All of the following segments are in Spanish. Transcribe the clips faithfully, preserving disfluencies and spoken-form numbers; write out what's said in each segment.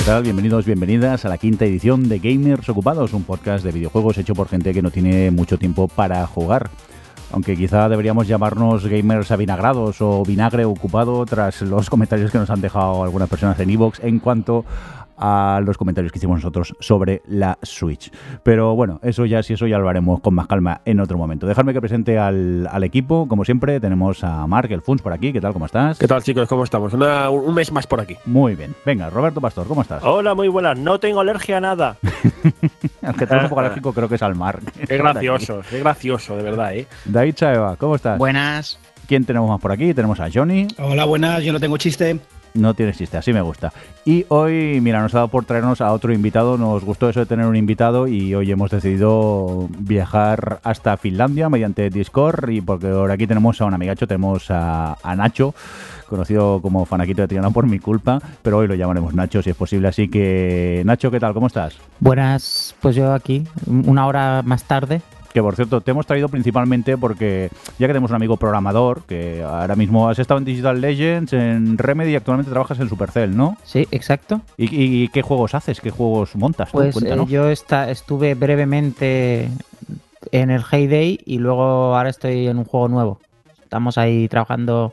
tal? Bienvenidos, bienvenidas a la quinta edición de Gamers Ocupados, un podcast de videojuegos hecho por gente que no tiene mucho tiempo para jugar. Aunque quizá deberíamos llamarnos gamers avinagrados o vinagre ocupado tras los comentarios que nos han dejado algunas personas en iVoox en cuanto a los comentarios que hicimos nosotros sobre la Switch. Pero bueno, eso ya, si eso ya lo haremos con más calma en otro momento. Dejadme que presente al, al equipo. Como siempre, tenemos a Marc, el Funs, por aquí. ¿Qué tal? ¿Cómo estás? ¿Qué tal, chicos? ¿Cómo estamos? Una, un mes más por aquí. Muy bien. Venga, Roberto Pastor, ¿cómo estás? Hola, muy buenas. No tengo alergia a nada. Aunque tengo un poco alérgico, creo que es al mar. Qué gracioso, qué gracioso, de verdad, ¿eh? David Chaeva, ¿cómo estás? Buenas. ¿Quién tenemos más por aquí? Tenemos a Johnny. Hola, buenas. Yo no tengo chiste. No tiene chiste, así me gusta. Y hoy, mira, nos ha dado por traernos a otro invitado. Nos gustó eso de tener un invitado y hoy hemos decidido viajar hasta Finlandia mediante Discord, y porque ahora aquí tenemos a un amigacho, tenemos a, a Nacho, conocido como Fanaquito de Triana por mi culpa, pero hoy lo llamaremos Nacho si es posible. Así que, Nacho, ¿qué tal? ¿Cómo estás? Buenas, pues yo aquí, una hora más tarde. Que por cierto, te hemos traído principalmente porque ya que tenemos un amigo programador, que ahora mismo has estado en Digital Legends, en Remedy, y actualmente trabajas en Supercell, ¿no? Sí, exacto. ¿Y, y, y qué juegos haces? ¿Qué juegos montas? Pues eh, yo esta, estuve brevemente en el Heyday y luego ahora estoy en un juego nuevo. Estamos ahí trabajando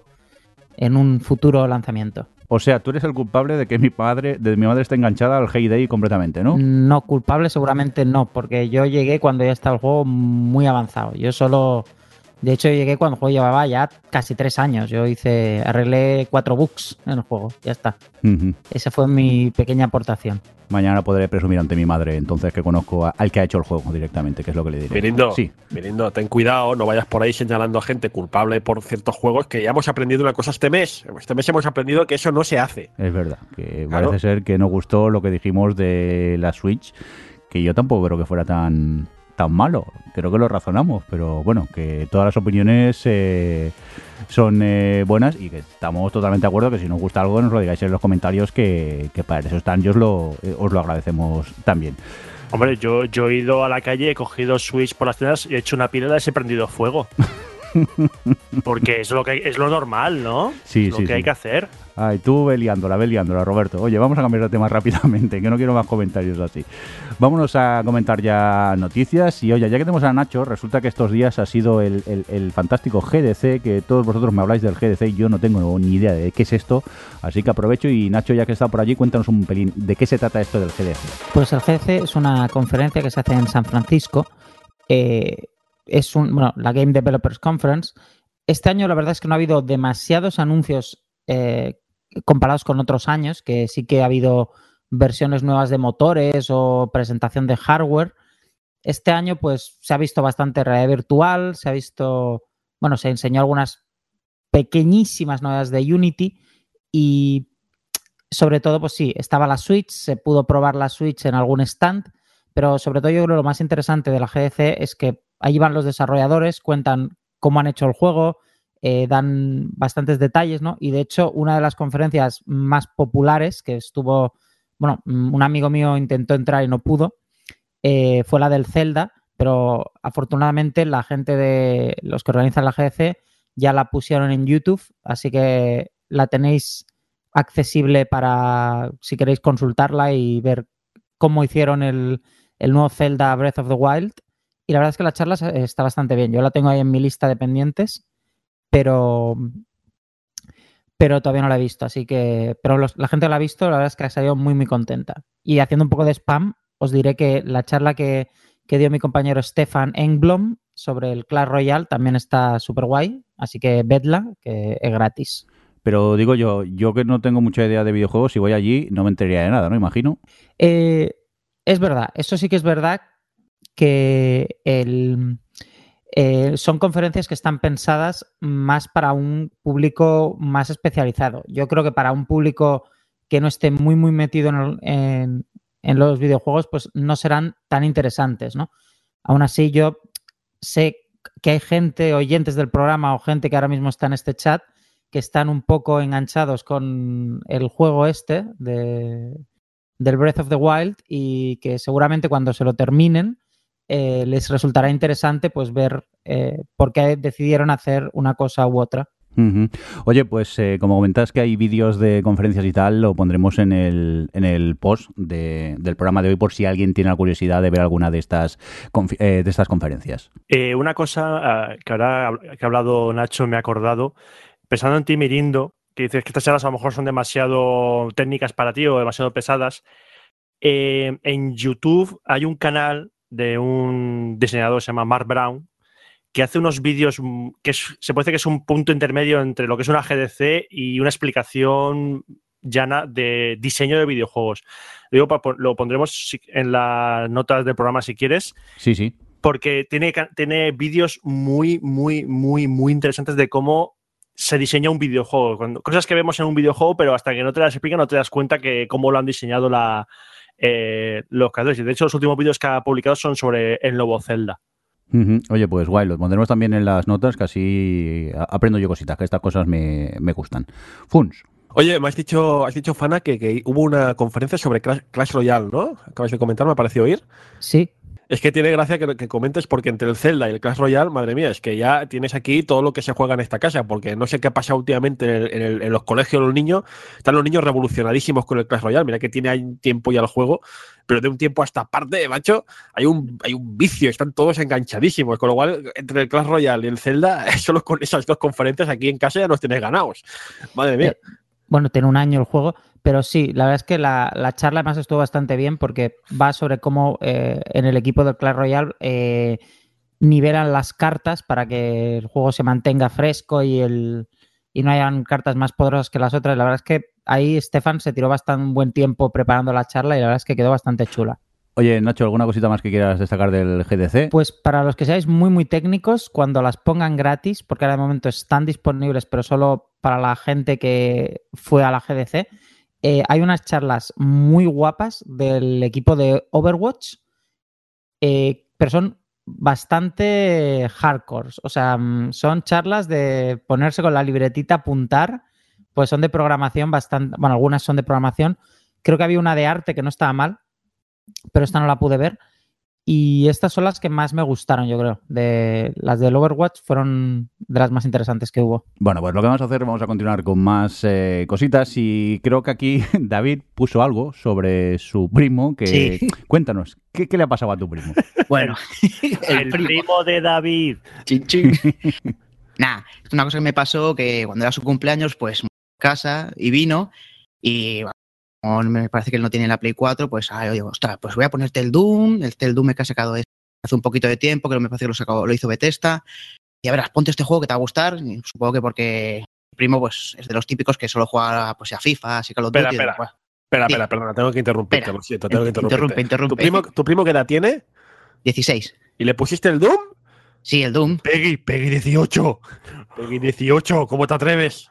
en un futuro lanzamiento. O sea, tú eres el culpable de que mi padre, de mi madre esté enganchada al Heyday completamente, ¿no? No, culpable seguramente no, porque yo llegué cuando ya estaba el juego muy avanzado. Yo solo... De hecho, llegué cuando el juego llevaba ya casi tres años. Yo hice... Arreglé cuatro bugs en el juego. Ya está. Uh-huh. Esa fue mi pequeña aportación. Mañana podré presumir ante mi madre, entonces, que conozco a, al que ha hecho el juego directamente, que es lo que le diré. Mirindo, sí. Mirindo, ten cuidado, no vayas por ahí señalando a gente culpable por ciertos juegos, que ya hemos aprendido una cosa este mes. Este mes hemos aprendido que eso no se hace. Es verdad, que claro. Parece ser que no gustó lo que dijimos de la Switch, que yo tampoco creo que fuera tan... tan malo, creo que lo razonamos, pero bueno, que todas las opiniones eh, son eh, buenas y que estamos totalmente de acuerdo, que si nos gusta algo nos lo digáis en los comentarios, que, que para eso están, y os lo, eh, os lo agradecemos también. Hombre, yo, yo he ido a la calle, he cogido Switch por las tiendas y he hecho una pila y les he prendido fuego. Porque es lo que hay, es lo normal, ¿no? Sí, es lo sí, que sí. hay que hacer. Ay, tú ve liándola, ve liándola, Roberto. Oye, vamos a cambiar de tema rápidamente, que no quiero más comentarios así. Vámonos a comentar ya noticias. Y oye, ya que tenemos a Nacho, resulta que estos días ha sido el, el, el fantástico G D C, que todos vosotros me habláis del G D C y yo no tengo ni idea de qué es esto. Así que aprovecho y, Nacho, ya que está por allí, cuéntanos un pelín de qué se trata esto del G D C. Pues el G D C es una conferencia que se hace en San Francisco. Eh... Es un, bueno, la Game Developers Conference. Este año la verdad es que no ha habido demasiados anuncios eh, comparados con otros años, que sí que ha habido versiones nuevas de motores o presentación de hardware. Este año pues se ha visto bastante realidad virtual, se ha visto, bueno, se enseñó algunas pequeñísimas novedades de Unity y sobre todo pues sí, estaba la Switch, se pudo probar la Switch en algún stand, pero sobre todo yo creo que lo más interesante de la G D C es que ahí van los desarrolladores, cuentan cómo han hecho el juego, eh, dan bastantes detalles, ¿no? Y de hecho, una de las conferencias más populares que estuvo, bueno, un amigo mío intentó entrar y no pudo, eh, fue la del Zelda, pero afortunadamente la gente de los que organizan la G D C ya la pusieron en YouTube, así que la tenéis accesible para si queréis consultarla y ver cómo hicieron el, el nuevo Zelda Breath of the Wild. Y la verdad es que la charla está bastante bien. Yo la tengo ahí en mi lista de pendientes, pero, pero todavía no la he visto. Así que, pero los, la gente que la ha visto, la verdad es que ha salido muy, muy contenta. Y haciendo un poco de spam, os diré que la charla que, que dio mi compañero Stefan Engblom sobre el Clash Royale también está súper guay. Así que vedla, que es gratis. Pero digo yo, yo que no tengo mucha idea de videojuegos, si voy allí no me enteraría de nada, ¿no? Imagino. Eh, es verdad, eso sí que es verdad, que el, eh, son conferencias que están pensadas más para un público más especializado. Yo creo que para un público que no esté muy, muy metido en, el, en, en los videojuegos, pues no serán tan interesantes, ¿no? Aún así, yo sé que hay gente, oyentes del programa o gente que ahora mismo está en este chat, que están un poco enganchados con el juego este de, del Breath of the Wild y que seguramente cuando se lo terminen eh, les resultará interesante pues ver eh, por qué decidieron hacer una cosa u otra. Uh-huh. Oye, pues eh, como comentas que hay vídeos de conferencias y tal, lo pondremos en el, en el post de, del programa de hoy por si alguien tiene la curiosidad de ver alguna de estas, confi- eh, de estas conferencias. Eh, una cosa uh, que ahora que ha hablado Nacho me ha acordado, pensando en ti, Mirindo, que dices que estas charlas a lo mejor son demasiado técnicas para ti o demasiado pesadas. Eh, en YouTube hay un canal de un diseñador, se llama Mark Brown, que hace unos vídeos que es, se puede decir que es un punto intermedio entre lo que es una G D C y una explicación llana de diseño de videojuegos. Lo, digo, lo pondremos en las notas del programa si quieres. Sí, sí. Porque tiene, tiene vídeos muy, muy, muy, muy interesantes de cómo se diseña un videojuego. Cuando, cosas que vemos en un videojuego, pero hasta que no te las explican no te das cuenta que cómo lo han diseñado la, eh, los creadores. Y de hecho, los últimos vídeos que ha publicado son sobre el nuevo Zelda. Uh-huh. Oye, pues guay, lo pondremos también en las notas, que así aprendo yo cositas, que estas cosas me, me gustan. Funs. Oye, me has dicho, has dicho Fana, que, que hubo una conferencia sobre Clash, Clash Royale, ¿no? Acabas de comentar, me ha parecido oír. Sí. Es que tiene gracia que, que comentes porque entre el Zelda y el Clash Royale, madre mía, es que ya tienes aquí todo lo que se juega en esta casa, porque no sé qué ha pasado últimamente en, el, en, el, en los colegios de los niños. Están los niños revolucionadísimos con el Clash Royale. Mira que tiene ahí tiempo ya el juego, pero de un tiempo a esta parte, macho, hay un, hay un vicio, están todos enganchadísimos. Con lo cual, entre el Clash Royale y el Zelda, solo con esas dos conferencias aquí en casa ya nos tienes ganados. Madre mía. Eh, bueno, tiene un año el juego. Pero sí, la verdad es que la, la charla además estuvo bastante bien porque va sobre cómo eh, en el equipo del Clash Royale eh, nivelan las cartas para que el juego se mantenga fresco y, el, y no hayan cartas más poderosas que las otras. La verdad es que ahí Stefan se tiró bastante buen tiempo preparando la charla y la verdad es que quedó bastante chula. Oye, Nacho, ¿alguna cosita más que quieras destacar del G D C? Pues para los que seáis muy, muy técnicos, cuando las pongan gratis, porque ahora de momento están disponibles, pero solo para la gente que fue a la G D C, Eh, hay unas charlas muy guapas del equipo de Overwatch, eh, pero son bastante hardcore. O sea, son charlas de ponerse con la libretita, apuntar, pues son de programación bastante... Bueno, algunas son de programación. Creo que había una de arte que no estaba mal, pero esta no la pude ver. Y estas son las que más me gustaron, yo creo. De, las del Overwatch fueron de las más interesantes que hubo. Bueno, pues lo que vamos a hacer, vamos a continuar con más eh, cositas y creo que aquí David puso algo sobre su primo que... Sí. Cuéntanos, ¿qué, qué le ha pasado a tu primo? Bueno, El, el primo. primo de David. Chin, chin. Nah, es una cosa que me pasó que cuando era su cumpleaños, pues a casa y vino y... me parece que él no tiene la Play cuatro, pues ah, yo digo, ostras, pues voy a ponerte el Doom, el, el Doom que ha sacado hace un poquito de tiempo, que me parece que lo, sacó, lo hizo Bethesda, y a ver, ponte este juego que te va a gustar, y supongo que porque mi primo pues es de los típicos que solo juega pues, a FIFA, así que los Espera, espera, pues, espera, espera, perdona, tengo que interrumpirte, espera, lo siento, tengo que interrumpirte. Interrumpe, interrumpe. ¿Tu primo, ¿Tu primo qué edad tiene? dieciséis. ¿Y le pusiste el Doom? Sí, el Doom. Peggy, Peggy dieciocho. Peggy dieciocho, ¿cómo te atreves?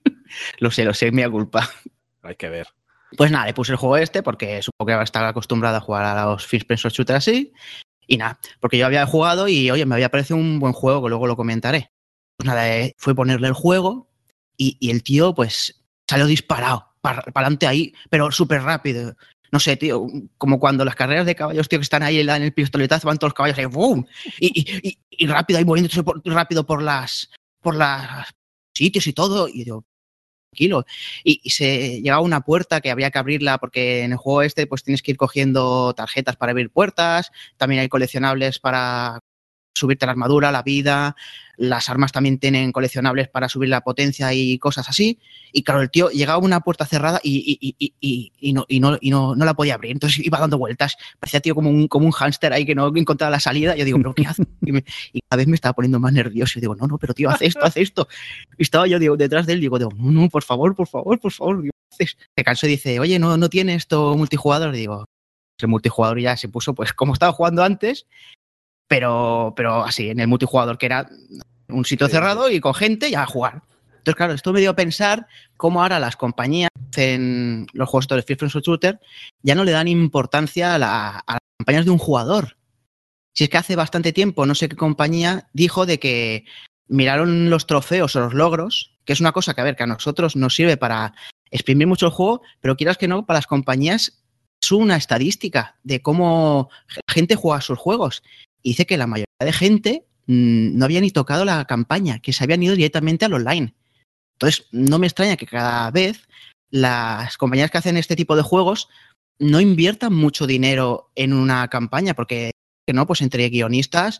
Lo sé, lo sé, mea culpa. Hay que ver. Pues nada, le puse el juego este porque supongo que va a estar acostumbrado a jugar a los first person shooter así. Y nada, porque yo había jugado y, oye, me había parecido un buen juego, que luego lo comentaré. Pues nada, eh, fue ponerle el juego y, y el tío, pues, salió disparado, para pa adelante ahí, pero súper rápido. No sé, tío, como cuando las carreras de caballos, tío, que están ahí en el pistoletazo, van todos los caballos ahí, ¡boom! Y, y, y, y rápido, ahí moviéndose por, rápido por las, por las sitios y todo. Y yo, tranquilo. Y, y se llegaba a una puerta que había que abrirla porque en el juego este pues tienes que ir cogiendo tarjetas para abrir puertas, también hay coleccionables para subirte la armadura, la vida, las armas también tienen coleccionables para subir la potencia y cosas así. Y claro, el tío llegaba a una puerta cerrada y, y, y, y, y, no, y, no, y no, no la podía abrir, entonces iba dando vueltas, parecía tío como un, como un hámster ahí que no encontraba la salida. Yo digo, ¿pero qué hace? Y, me, y cada vez me estaba poniendo más nervioso. Y digo, no, no, pero tío, haz esto, haz esto. Y estaba yo digo, detrás de él, digo, digo, no, no, por favor, por favor, por favor. Digo, ¿qué haces? Se cansó y dice, oye, ¿no, no tiene esto multijugador? Y digo, el multijugador ya se puso pues como estaba jugando antes, pero, pero así, en el multijugador, que era un sitio cerrado y con gente y a jugar. Entonces, claro, esto me dio a pensar cómo ahora las compañías en los juegos de first person shooter ya no le dan importancia a, la, a las campañas de un jugador. Si es que hace bastante tiempo, no sé qué compañía dijo de que miraron los trofeos o los logros, que es una cosa que, a ver, que a nosotros nos sirve para exprimir mucho el juego, pero quieras que no, para las compañías es una estadística de cómo la gente juega sus juegos. Y dice que la mayoría de gente mmm, no había ni tocado la campaña, que se habían ido directamente al online. Entonces, no me extraña que cada vez las compañías que hacen este tipo de juegos no inviertan mucho dinero en una campaña, porque no, pues entre guionistas,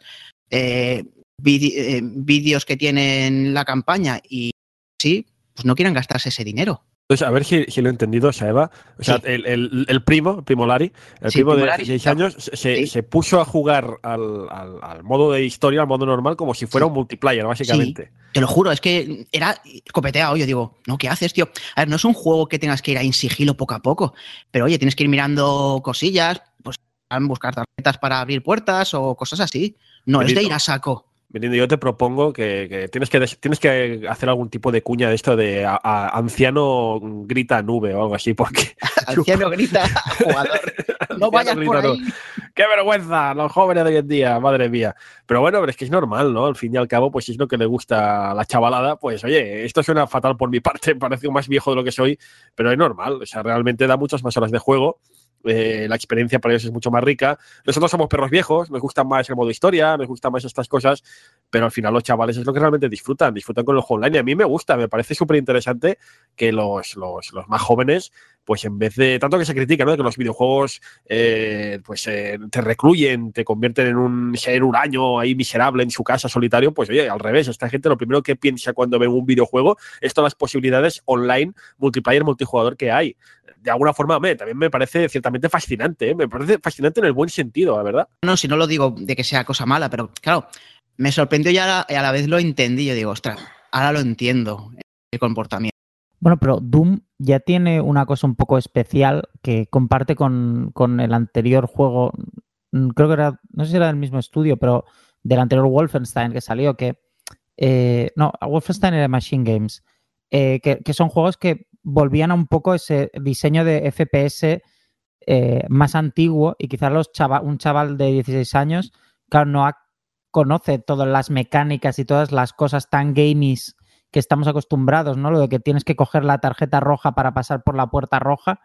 eh, eh, vídeos que tienen la campaña y sí, pues no quieran gastarse ese dinero. Entonces, a ver si, si lo he entendido, Saeva. O sea, Sí. el, el, el primo, el primo Lari, el Sí, primo primo de Lari, dieciséis no. años, se, Sí. se puso a jugar al, al, al modo de historia, al modo normal, como si fuera Sí. un multiplayer, básicamente. Sí, te lo juro, es que era copeteado. Yo digo, no, ¿qué haces, tío? A ver, no es un juego que tengas que ir ahí en sigilo poco a poco, pero oye, tienes que ir mirando cosillas, pues buscar tarjetas para abrir puertas o cosas así. No Benito, es de ir a saco. Benito, yo te propongo que, que, tienes que tienes que hacer algún tipo de cuña de esto de a, a anciano grita nube o algo así, porque... Anciano grita, jugador, no vayas por ahí. No. ¡Qué vergüenza! Los jóvenes de hoy en día, madre mía. Pero bueno, pero es que es normal, ¿no? Al fin y al cabo, pues si es lo que le gusta a la chavalada, pues oye, esto suena fatal por mi parte, parece más viejo de lo que soy, pero es normal. O sea, realmente da muchas más horas de juego. Eh, la experiencia para ellos es mucho más rica. Nosotros somos perros viejos, nos gusta más el modo historia, nos gustan más estas cosas, pero al final los chavales es lo que realmente disfrutan, disfrutan con el juego online y a mí me gusta, me parece súper interesante que los, los, los más jóvenes, pues en vez de, tanto que se critica, ¿no? De que los videojuegos eh, pues eh, te recluyen, te convierten en un ser huraño ahí miserable en su casa solitario, pues oye, al revés, esta gente lo primero que piensa cuando ve un videojuego es todas las posibilidades online, multiplayer, multijugador que hay. De alguna forma, me, también me parece ciertamente fascinante, ¿eh? Me parece fascinante en el buen sentido, la verdad. No, si no lo digo de que sea cosa mala, pero claro, me sorprendió y a la, a la vez lo entendí. Yo digo, ostras, ahora lo entiendo, el comportamiento. Bueno, pero Doom ya tiene una cosa un poco especial que comparte con, con el anterior juego, creo que era, no sé si era del mismo estudio, pero del anterior Wolfenstein que salió, que eh, no, Wolfenstein era Machine Games, eh, que, que son juegos que volvían a un poco ese diseño de F P S eh, más antiguo y quizás los chava, un chaval de dieciséis años, claro, no ha, conoce todas las mecánicas y todas las cosas tan gamies que estamos acostumbrados, ¿no? Lo de que tienes que coger la tarjeta roja para pasar por la puerta roja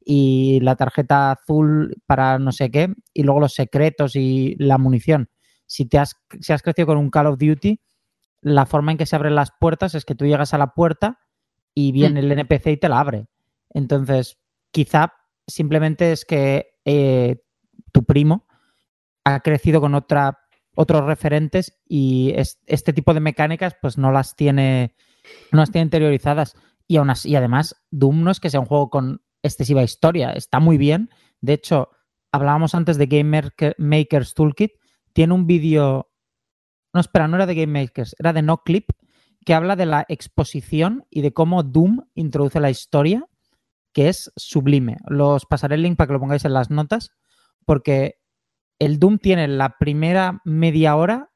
y la tarjeta azul para no sé qué, y luego los secretos y la munición. Si te has, si has crecido con un Call of Duty, la forma en que se abren las puertas es que tú llegas a la puerta y viene el N P C y te la abre. Entonces, quizá simplemente es que eh, tu primo ha crecido con otra, otros referentes y es, este tipo de mecánicas pues no las tiene, no las tiene interiorizadas. Y, aún así, y además, Doom no es que sea un juego con excesiva historia, está muy bien. De hecho, hablábamos antes de Game Maker's Toolkit, tiene un vídeo... No, espera, no era de Game Makers, era de NoClip, que habla de la exposición y de cómo Doom introduce la historia, que es sublime. Los pasaré el link para que lo pongáis en las notas, porque el Doom tiene la primera media hora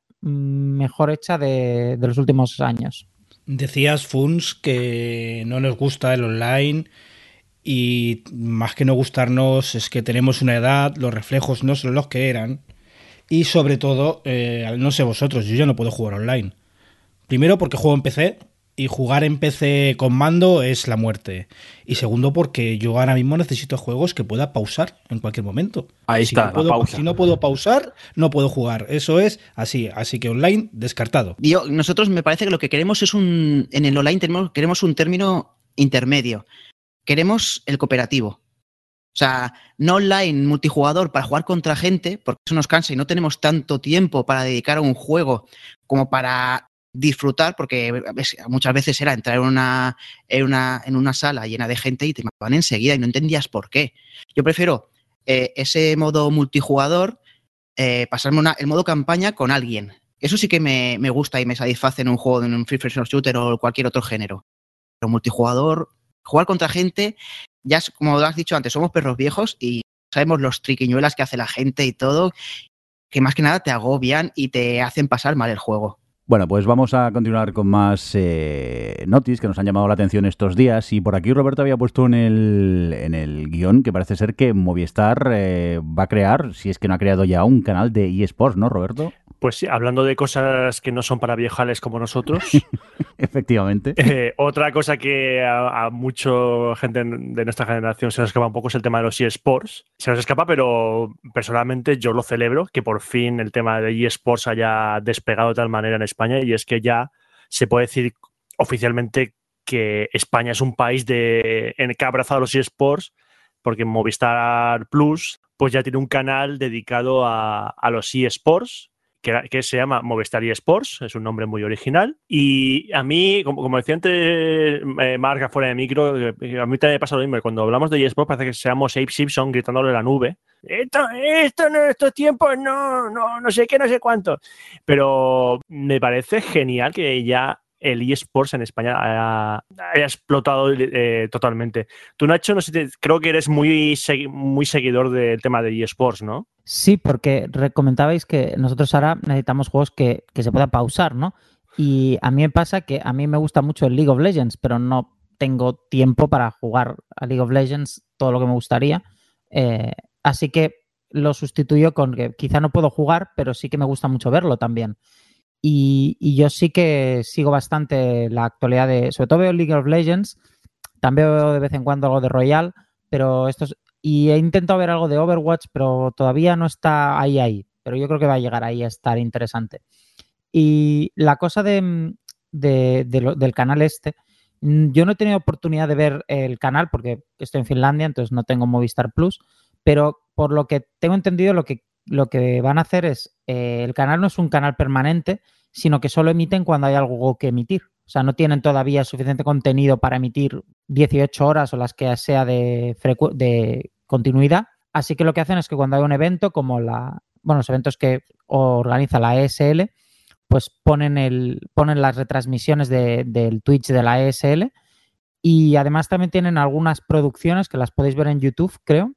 mejor hecha de, de los últimos años. Decías, Funs, que no nos gusta el online y más que no gustarnos es que tenemos una edad, los reflejos no son los que eran. Y sobre todo, eh, no sé vosotros, yo ya no puedo jugar online. Primero porque juego en P C y jugar en P C con mando es la muerte. Y segundo porque yo ahora mismo necesito juegos que pueda pausar en cualquier momento. Ahí si está, no puedo, la pausa. Si no puedo pausar, no puedo jugar. Eso es así. Así que online, descartado. Yo, nosotros me parece que lo que queremos es un... En el online tenemos, queremos un término intermedio. Queremos el cooperativo. O sea, no online, multijugador para jugar contra gente, porque eso nos cansa y no tenemos tanto tiempo para dedicar a un juego como para disfrutar, porque muchas veces era entrar en una, en una, en una sala llena de gente y te mataban enseguida y no entendías por qué. Yo prefiero eh, ese modo multijugador, eh, pasarme una, el modo campaña con alguien. Eso sí que me, me gusta y me satisface en un juego, en un first person shooter o cualquier otro género. Pero multijugador, jugar contra gente... Ya, como lo has dicho antes, somos perros viejos y sabemos los triquiñuelas que hace la gente y todo, que más que nada te agobian y te hacen pasar mal el juego. Bueno, pues vamos a continuar con más eh, noticias que nos han llamado la atención estos días. Y por aquí Roberto había puesto en el, en el guión que parece ser que Movistar eh, va a crear, si es que no ha creado ya, un canal de eSports, ¿no, Roberto? Pues sí, hablando de cosas que no son para viejales como nosotros. Efectivamente. Eh, otra cosa que a, a mucha gente de nuestra generación se nos escapa un poco es el tema de los eSports. Se nos escapa, pero personalmente yo lo celebro, que por fin el tema de eSports haya despegado de tal manera en España, y es que ya se puede decir oficialmente que España es un país de, en el que ha abrazado los eSports, porque Movistar Plus pues ya tiene un canal dedicado a, a los eSports, que, que se llama Movistar eSports, es un nombre muy original. Y a mí, como, como decía antes eh, Marga fuera de micro, a mí también me pasa lo mismo. Cuando hablamos de eSports parece que seamos Abe Simpson gritándole a la nube. Esto, esto en estos tiempos no, no, no sé qué, no sé cuánto. Pero me parece genial que ya el eSports en España haya, haya explotado eh, totalmente. Tú, Nacho, no sé, te, creo que eres muy, muy seguidor del tema de eSports, ¿no? Sí, porque comentabais que nosotros ahora necesitamos juegos que, que se pueda pausar, ¿no? Y a mí me pasa que a mí me gusta mucho el League of Legends, pero no tengo tiempo para jugar a League of Legends todo lo que me gustaría. Eh, así que lo sustituyo con que quizá no puedo jugar, pero sí que me gusta mucho verlo también. Y, y yo sí que sigo bastante la actualidad de... Sobre todo veo League of Legends, también veo de vez en cuando algo de Royal, pero estos... Y he intentado ver algo de Overwatch, pero todavía no está ahí, ahí. Pero yo creo que va a llegar ahí a estar interesante. Y la cosa de, de, de lo, del canal este, yo no he tenido oportunidad de ver el canal porque estoy en Finlandia, entonces no tengo Movistar Plus, pero por lo que tengo entendido, lo que, lo que van a hacer es, eh, el canal no es un canal permanente, sino que solo emiten cuando hay algo que emitir. O sea, no tienen todavía suficiente contenido para emitir dieciocho horas o las que sea de, frecu- de continuidad. Así que lo que hacen es que cuando hay un evento, como la, bueno, los eventos que organiza la E S L, pues ponen, el, ponen las retransmisiones de, del Twitch de la E S L y además también tienen algunas producciones que las podéis ver en YouTube, creo,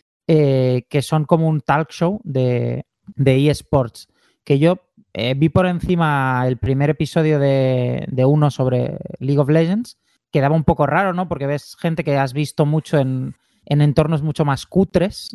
eh, que son como un talk show de, de eSports, que yo eh, vi por encima el primer episodio de, de uno sobre League of Legends, quedaba un poco raro, ¿no? Porque ves gente que has visto mucho en, en entornos mucho más cutres,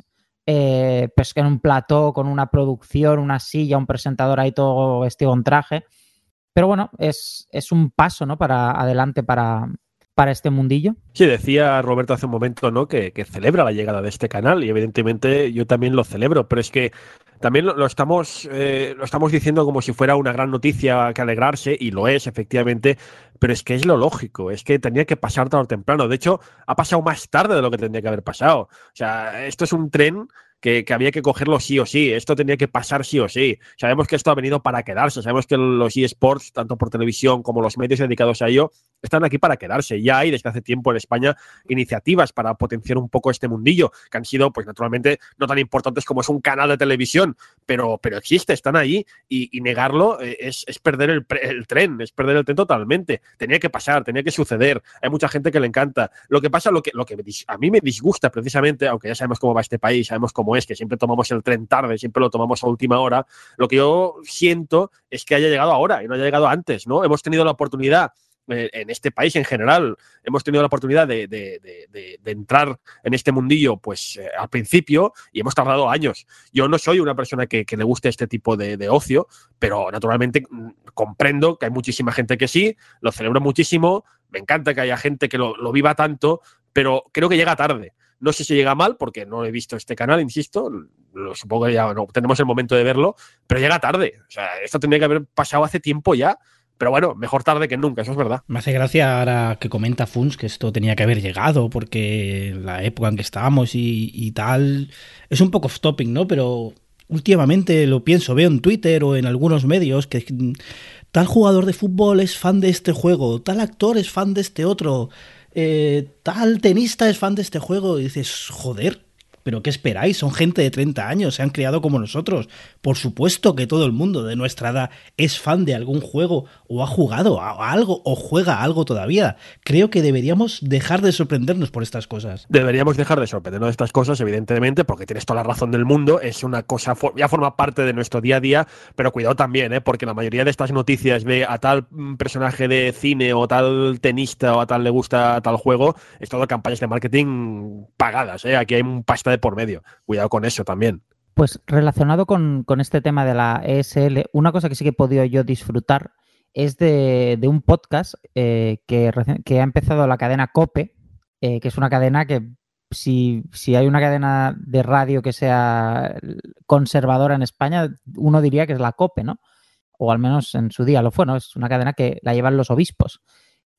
eh, pues que en un plató con una producción, una silla, un presentador ahí todo vestido en traje. Pero bueno, es, es un paso, ¿no? Para adelante para, para este mundillo. Sí, decía Roberto hace un momento, ¿no? Que, que celebra la llegada de este canal y evidentemente yo también lo celebro, pero es que también lo, lo estamos eh, lo estamos diciendo como si fuera una gran noticia que alegrarse, y lo es, efectivamente, pero es que es lo lógico, es que tenía que pasar tarde o temprano. De hecho, ha pasado más tarde de lo que tendría que haber pasado. O sea, esto es un tren que, que había que cogerlo sí o sí, esto tenía que pasar sí o sí. Sabemos que esto ha venido para quedarse, sabemos que los eSports, tanto por televisión como los medios dedicados a ello, están aquí para quedarse. Ya hay desde hace tiempo en España iniciativas para potenciar un poco este mundillo, que han sido, pues naturalmente, no tan importantes como es un canal de televisión, pero, pero existe, están ahí, y, y negarlo es, es perder el, el tren, es perder el tren totalmente. Tenía que pasar, tenía que suceder. Hay mucha gente que le encanta. Lo que pasa, lo que, lo que a mí me disgusta precisamente, aunque ya sabemos cómo va este país, sabemos cómo es, que siempre tomamos el tren tarde, siempre lo tomamos a última hora, lo que yo siento es que haya llegado ahora y no haya llegado antes, ¿no? Hemos tenido la oportunidad en este país en general, hemos tenido la oportunidad de, de, de, de, de entrar en este mundillo pues eh, al principio, y hemos tardado años. Yo no soy una persona que, que le guste este tipo de, de ocio, pero naturalmente comprendo que hay muchísima gente que sí, lo celebro muchísimo, me encanta que haya gente que lo, lo viva tanto, pero creo que llega tarde. No sé si llega mal, porque no he visto este canal, insisto, lo, supongo que ya no tenemos el momento de verlo, pero llega tarde. O sea, esto tendría que haber pasado hace tiempo ya. Pero bueno, mejor tarde que nunca, eso es verdad. Me hace gracia ahora que comenta Funs que esto tenía que haber llegado, porque la época en que estábamos y, y tal, es un poco off-topic, ¿no? Pero últimamente lo pienso, veo en Twitter o en algunos medios que tal jugador de fútbol es fan de este juego, tal actor es fan de este otro, eh, tal tenista es fan de este juego, y dices, joder, ¿pero qué esperáis? Son gente de treinta años, se han criado como nosotros. Por supuesto que todo el mundo de nuestra edad es fan de algún juego o ha jugado a algo o juega a algo todavía. Creo que deberíamos dejar de sorprendernos por estas cosas. Deberíamos dejar de sorprendernos de estas cosas, evidentemente, porque tienes toda la razón del mundo. Es una cosa, ya forma parte de nuestro día a día, pero cuidado también, ¿eh? Porque la mayoría de estas noticias de a tal personaje de cine o tal tenista o a tal le gusta tal juego, es todo campañas de marketing pagadas, ¿eh? Aquí hay un pasta de por medio. Cuidado con eso también. Pues relacionado con, con este tema de la E S L, una cosa que sí que he podido yo disfrutar es de, de un podcast eh, que, que ha empezado la cadena COPE, eh, que es una cadena que si, si hay una cadena de radio que sea conservadora en España, uno diría que es la COPE, ¿no? O al menos en su día lo fue, ¿no? Es una cadena que la llevan los obispos.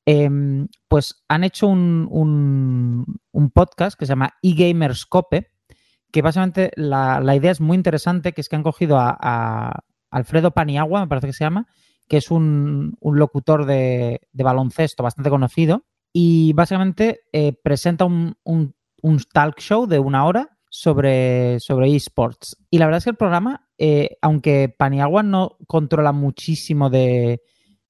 Eh, pues han hecho un, un, un podcast que se llama eGamerscope, que básicamente la, la idea es muy interesante, que es que han cogido a, a Alfredo Paniagua, me parece que se llama, que es un, un locutor de, de baloncesto bastante conocido, y básicamente eh, presenta un, un, un talk show de una hora sobre, sobre eSports. Y la verdad es que el programa, eh, aunque Paniagua no controla muchísimo de,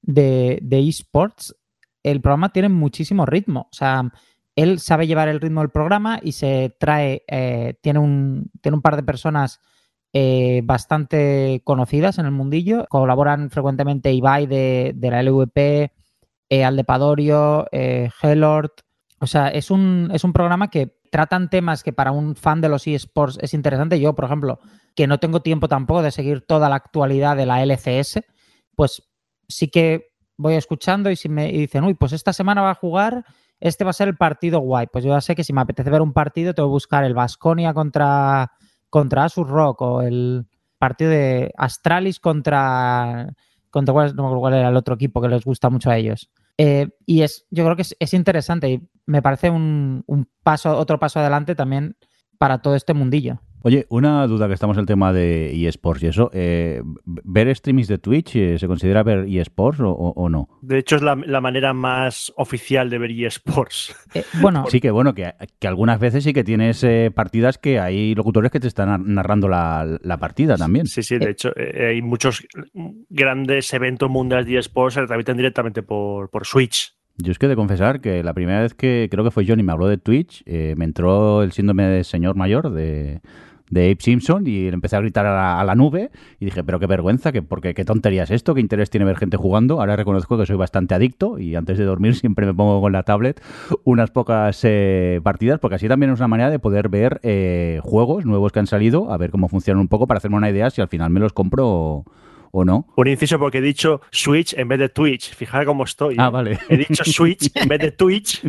de, de eSports, el programa tiene muchísimo ritmo. O sea, él sabe llevar el ritmo del programa y se trae, eh, tiene, un, tiene un par de personas eh, bastante conocidas en el mundillo. Colaboran frecuentemente Ibai de, de la L V P, eh, Aldepadorio, eh, Helord. O sea, es un, es un programa que tratan temas que para un fan de los eSports es interesante. Yo, por ejemplo, que no tengo tiempo tampoco de seguir toda la actualidad de la L C S, pues sí que voy escuchando y si me y dicen, uy, pues esta semana va a jugar, este va a ser el partido guay. Pues yo ya sé que si me apetece ver un partido, tengo que buscar el Baskonia contra, contra Asus Rock o el partido de Astralis contra, contra cuál, no me acuerdo cuál era el otro equipo que les gusta mucho a ellos. Eh, y es, yo creo que es, es interesante y me parece un, un paso, otro paso adelante también para todo este mundillo. Oye, una duda que estamos en el tema de eSports y eso. Eh, ¿Ver streamings de Twitch eh, se considera ver eSports o, o, o no? De hecho, es la, la manera más oficial de ver eSports. Eh, bueno, Sí que bueno, que, que algunas veces sí que tienes eh, partidas que hay locutores que te están narrando la, la partida también. Sí, sí, de hecho, eh, hay muchos grandes eventos mundiales de eSports que se transmiten directamente por, por Switch. Yo es que he de confesar que la primera vez que creo que fue Johnny me habló de Twitch, eh, me entró el síndrome de señor mayor de, de Abe Simpson y le empecé a gritar a la, a la nube y dije, pero qué vergüenza, que, porque qué tontería es esto, qué interés tiene ver gente jugando. Ahora reconozco que soy bastante adicto y antes de dormir siempre me pongo con la tablet unas pocas eh, partidas, porque así también es una manera de poder ver eh, juegos nuevos que han salido, a ver cómo funcionan un poco para hacerme una idea si al final me los compro o, o no. Un inciso porque he dicho Switch en vez de Twitch. Fijaos cómo estoy. Ah, ¿eh? vale. He dicho Switch en vez de Twitch.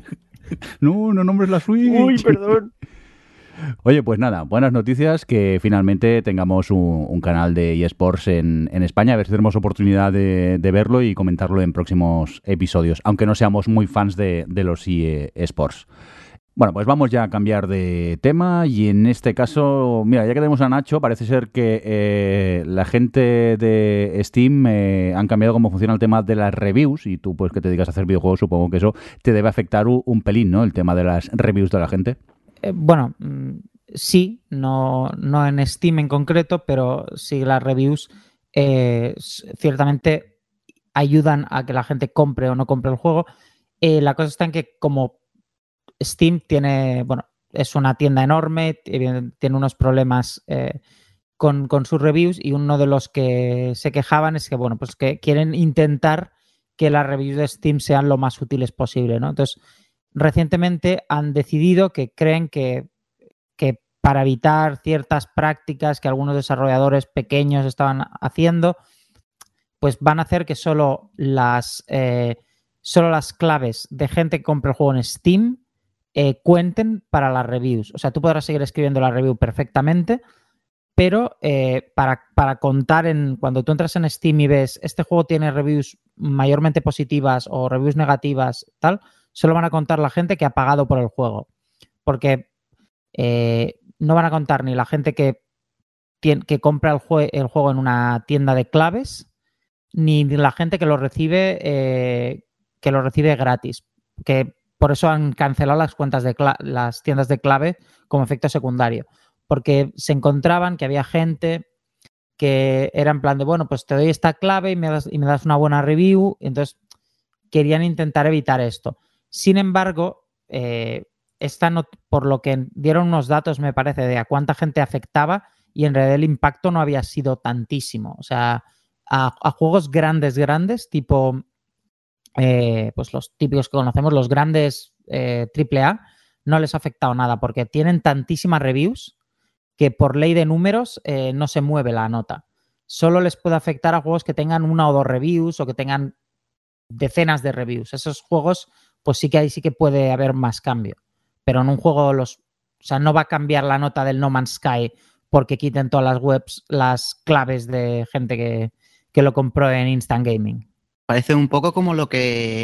No, no nombres la Switch. Uy, perdón. Oye, pues nada, buenas noticias que finalmente tengamos un, un canal de eSports en, en España. A ver si tenemos oportunidad de, de verlo y comentarlo en próximos episodios, aunque no seamos muy fans de, de los eSports. Bueno, pues vamos ya a cambiar de tema y en este caso, mira, ya que tenemos a Nacho, parece ser que eh, la gente de Steam eh, han cambiado cómo funciona el tema de las reviews y tú pues que te dedicas a hacer videojuegos, supongo que eso te debe afectar un, un pelín, ¿no? El tema de las reviews de la gente. Eh, bueno, sí, no, no en Steam en concreto, pero sí las reviews eh, ciertamente ayudan a que la gente compre o no compre el juego. Eh, la cosa está en que como Steam tiene, bueno, es una tienda enorme, tiene unos problemas eh, con, con sus reviews y uno de los que se quejaban es que, bueno, pues que quieren intentar que las reviews de Steam sean lo más útiles posible, ¿no? Entonces, recientemente han decidido que creen que, que para evitar ciertas prácticas que algunos desarrolladores pequeños estaban haciendo, pues van a hacer que solo las, eh, solo las claves de gente que compre el juego en Steam eh, cuenten para las reviews. O sea, tú podrás seguir escribiendo la review perfectamente, pero eh, para, para contar en cuando tú entras en Steam y ves este juego tiene reviews mayormente positivas o reviews negativas, tal, solo van a contar la gente que ha pagado por el juego. Porque eh, no van a contar ni la gente que, tiene, que compra el, jue- el juego en una tienda de claves, ni la gente que lo recibe eh, que lo recibe gratis. Que por eso han cancelado las cuentas de cla- las tiendas de clave como efecto secundario. Porque se encontraban que había gente que era en plan de, bueno, pues te doy esta clave y me das, y me das una buena review. Entonces querían intentar evitar esto. Sin embargo, eh, esta not- por lo que dieron unos datos, me parece, de a cuánta gente afectaba y en realidad el impacto no había sido tantísimo. O sea, a, a juegos grandes, grandes, tipo eh, pues los típicos que conocemos, los grandes eh, triple A, no les ha afectado nada porque tienen tantísimas reviews que por ley de números eh, no se mueve la nota. Solo les puede afectar a juegos que tengan una o dos reviews o que tengan decenas de reviews. Esos juegos, pues sí que ahí sí que puede haber más cambio. Pero en un juego, los, o sea, no va a cambiar la nota del No Man's Sky porque quiten todas las webs, las claves de gente que, que lo compró en Instant Gaming. Parece un poco como lo que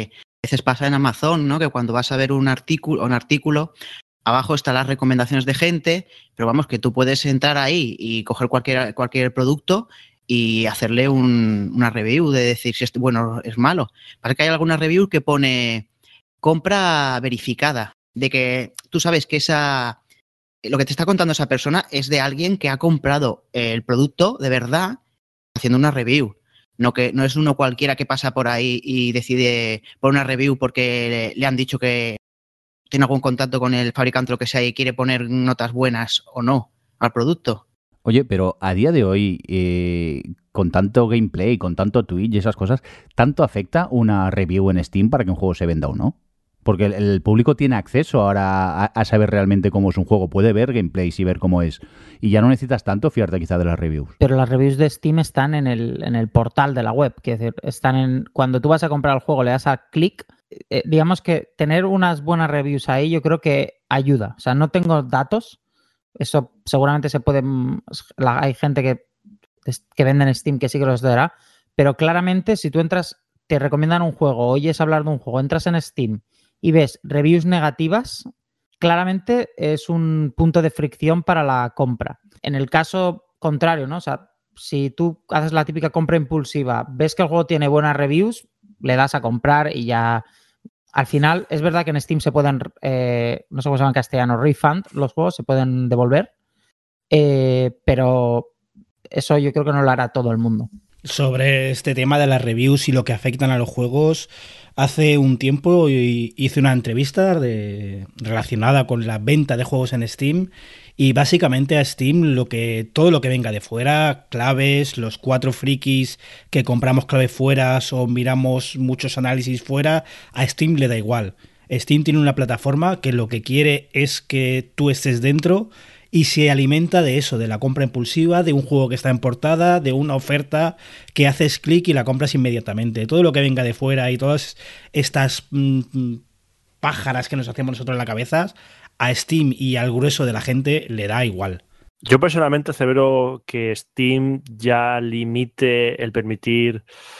veces pasa en Amazon, ¿no? Que cuando vas a ver un artículo, un artículo, abajo están las recomendaciones de gente, pero vamos, que tú puedes entrar ahí y coger cualquier, cualquier producto y hacerle un, una review de decir si es bueno o es malo. Pasa que hay alguna review que pone compra verificada, de que tú sabes que esa lo que te está contando esa persona es de alguien que ha comprado el producto de verdad haciendo una review. No, que, no es uno cualquiera que pasa por ahí y decide por una review porque le, le han dicho que tiene algún contacto con el fabricante o lo que sea y quiere poner notas buenas o no al producto. Oye, pero a día de hoy, eh, con tanto gameplay, con tanto Twitch y esas cosas, ¿tanto afecta una review en Steam para que un juego se venda o no? Porque el, el público tiene acceso ahora a, a saber realmente cómo es un juego. Puede ver gameplays y ver cómo es. Y ya no necesitas tanto fiarte quizá de las reviews. Pero las reviews de Steam están en el, en el portal de la web. Quiero decir, están en, cuando tú vas a comprar el juego, le das a clic. Eh, digamos que tener unas buenas reviews ahí yo creo que ayuda. O sea, no tengo datos. Eso seguramente se puede... La, hay gente que, que vende en Steam que sí que los dará. Pero claramente si tú entras, te recomiendan un juego, oyes hablar de un juego, entras en Steam y ves reviews negativas, claramente es un punto de fricción para la compra. En el caso contrario, ¿no? O sea, si tú haces la típica compra impulsiva, ves que el juego tiene buenas reviews, le das a comprar y ya... Al final, es verdad que en Steam se pueden, eh, no sé cómo se llama en castellano, refund los juegos, se pueden devolver, eh, pero eso yo creo que no lo hará todo el mundo. Sobre este tema de las reviews y lo que afectan a los juegos, hace un tiempo hice una entrevista de, relacionada con la venta de juegos en Steam y básicamente a Steam lo que todo lo que venga de fuera, claves, los cuatro frikis que compramos claves fuera o miramos muchos análisis fuera, a Steam le da igual. Steam tiene una plataforma que lo que quiere es que tú estés dentro y se alimenta de eso, de la compra impulsiva, de un juego que está en portada, de una oferta que haces clic y la compras inmediatamente. Todo lo que venga de fuera y todas estas mmm, pájaras que nos hacemos nosotros en la cabeza, a Steam y al grueso de la gente le da igual. Yo personalmente celebro que Steam ya limite el permitir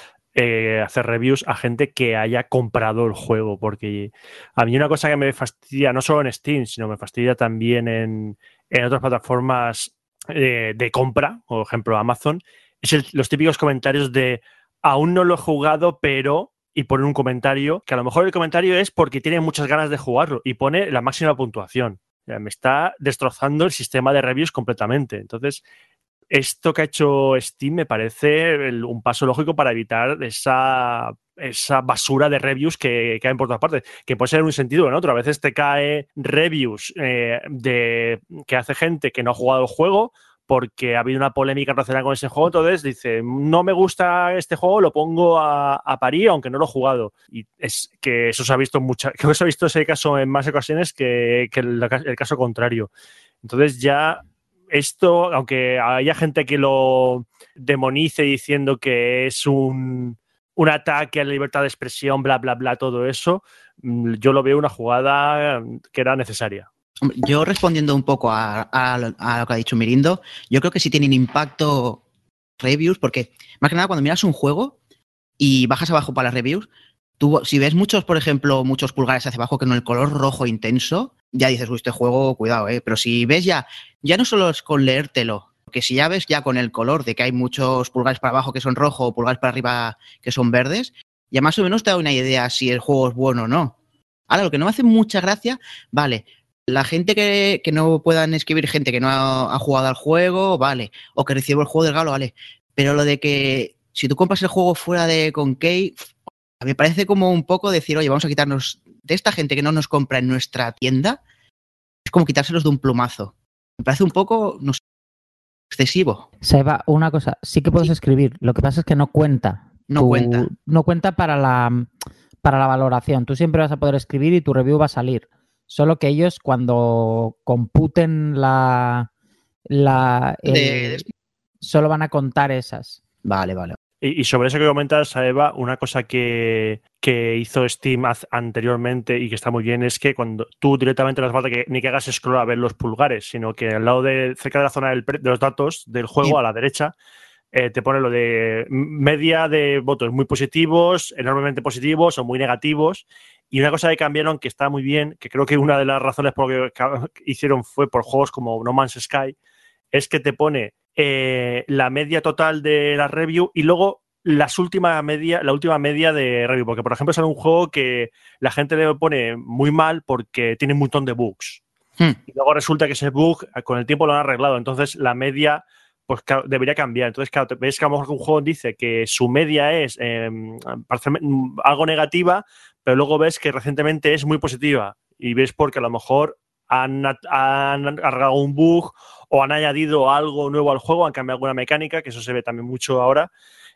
eh, hacer reviews a gente que haya comprado el juego, porque a mí una cosa que me fastidia, no solo en Steam, sino me fastidia también en, en otras plataformas eh, de compra, por ejemplo Amazon, es el, los típicos comentarios de aún no lo he jugado, pero... y poner un comentario, que a lo mejor el comentario es porque tiene muchas ganas de jugarlo y pone la máxima puntuación. O sea, me está destrozando el sistema de reviews completamente. Entonces, esto que ha hecho Steam me parece el, un paso lógico para evitar esa, esa basura de reviews que caen por todas partes, que puede ser en un sentido o en otro. A veces te cae reviews eh, de que hace gente que no ha jugado el juego porque ha habido una polémica relacionada con ese juego, entonces dice, no me gusta este juego, lo pongo a, a parir, aunque no lo he jugado. Y es que eso se ha visto mucha, creo que se ha visto ese caso en más ocasiones que, que el, el caso contrario. Entonces ya esto, aunque haya gente que lo demonice diciendo que es un, un ataque a la libertad de expresión, bla, bla, bla, todo eso, yo lo veo una jugada que era necesaria. Yo respondiendo un poco a, a, a lo que ha dicho Mirindo, yo creo que sí tienen impacto reviews, porque más que nada cuando miras un juego y bajas abajo para las reviews, tú si ves muchos, por ejemplo, muchos pulgares hacia abajo que no el color rojo intenso, ya dices, uy, este juego, cuidado, eh. Pero si ves ya, ya no solo es con leértelo, porque si ya ves ya con el color de que hay muchos pulgares para abajo que son rojo o pulgares para arriba que son verdes, ya más o menos te da una idea si el juego es bueno o no. Ahora, lo que no me hace mucha gracia, vale, la gente que, que no puedan escribir gente que no ha, ha jugado al juego, vale. O que recibe el juego del regalo, vale. Pero lo de que si tú compras el juego fuera de Concave, me parece como un poco decir, oye, vamos a quitarnos de esta gente que no nos compra en nuestra tienda. Es como quitárselos de un plumazo. Me parece un poco, no sé, excesivo. Seba, una cosa, sí que puedes sí. escribir. Lo que pasa es que no cuenta. No tu, cuenta. No cuenta para la, para la valoración. Tú siempre vas a poder escribir y tu review va a salir. Solo que ellos cuando computen la, la el, de... solo van a contar esas. Vale, vale. Y, y sobre eso que comentas, Eva, una cosa que, que hizo Steam anteriormente y que está muy bien es que cuando tú directamente no hace falta que ni que hagas scroll a ver los pulgares, sino que al lado de cerca de la zona del, de los datos del juego, sí. a la derecha, eh, te pone lo de media de votos muy positivos, enormemente positivos o muy negativos. Y una cosa que cambiaron que está muy bien, que creo que una de las razones por lo que hicieron fue por juegos como No Man's Sky, es que te pone eh, la media total de la review y luego las última media, la última media de review. Porque, por ejemplo, sale un juego que la gente le pone muy mal porque tiene un montón de bugs. Hmm. Y luego resulta que ese bug con el tiempo lo han arreglado. Entonces, la media pues claro, debería cambiar. Entonces, claro, ves que a lo mejor un juego dice que su media es eh, algo negativa, pero luego ves que recientemente es muy positiva. Y ves porque a lo mejor han, han arreglado un bug o han añadido algo nuevo al juego, han cambiado alguna mecánica, que eso se ve también mucho ahora,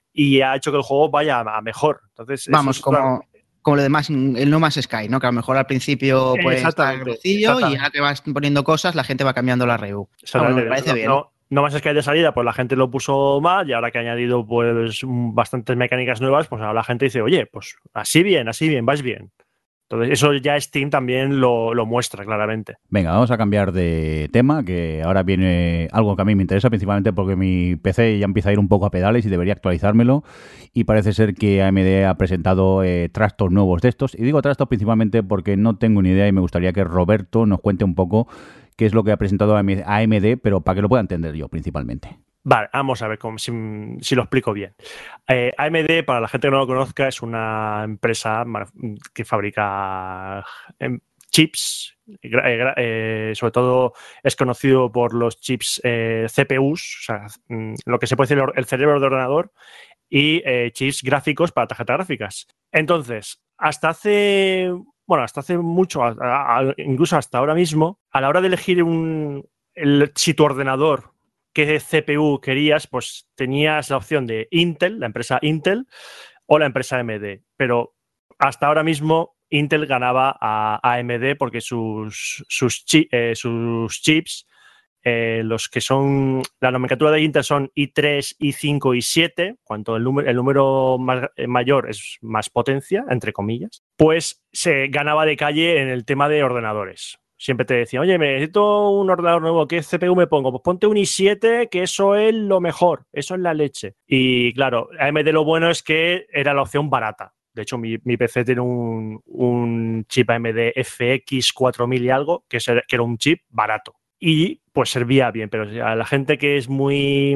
y ha hecho que el juego vaya a mejor. Entonces, vamos, eso es como, claro. como lo demás, el No Man's Sky, ¿no? Que a lo mejor al principio pues está agresivo y ya que vas poniendo cosas, la gente va cambiando la review. Ah, bueno, me parece no, bien. No, No Man's Sky de salida, pues la gente lo puso mal, y ahora que ha añadido pues bastantes mecánicas nuevas, pues ahora la gente dice, oye, pues así bien, así bien, vais bien. Entonces, eso ya Steam también lo, lo muestra claramente. Venga, vamos a cambiar de tema, que ahora viene algo que a mí me interesa, principalmente porque mi P C ya empieza a ir un poco a pedales y debería actualizármelo. Y parece ser que A M D ha presentado eh, trastos nuevos de estos. Y digo trastos principalmente porque no tengo ni idea y me gustaría que Roberto nos cuente un poco qué es lo que ha presentado A M D, pero para que lo pueda entender yo principalmente. Vale, vamos a ver cómo, si, si lo explico bien. Eh, A M D, para la gente que no lo conozca, es una empresa que fabrica eh, chips, eh, eh, sobre todo es conocido por los chips eh, C P Us, o sea, lo que se puede decir el cerebro de ordenador, y eh, chips gráficos para tarjetas gráficas. Entonces, hasta hace, bueno, hasta hace mucho, a, a, incluso hasta ahora mismo, a la hora de elegir un, el, si tu ordenador qué C P U querías, pues tenías la opción de Intel, la empresa Intel, o la empresa A M D. Pero hasta ahora mismo Intel ganaba a A M D porque sus, sus, chi, eh, sus chips, eh, los que son, la nomenclatura de Intel son i tres, i cinco, i siete, cuanto el número, el número más, eh, mayor es más potencia, entre comillas, pues se ganaba de calle en el tema de ordenadores. Siempre te decía, oye, me necesito un ordenador nuevo, ¿qué C P U me pongo? Pues ponte un i siete, que eso es lo mejor, eso es la leche. Y claro, A M D lo bueno es que era la opción barata. De hecho, mi, mi P C tiene un, un chip A M D F X cuatro mil y algo, que, ser, que era un chip barato. Y pues servía bien, pero a la gente que es muy,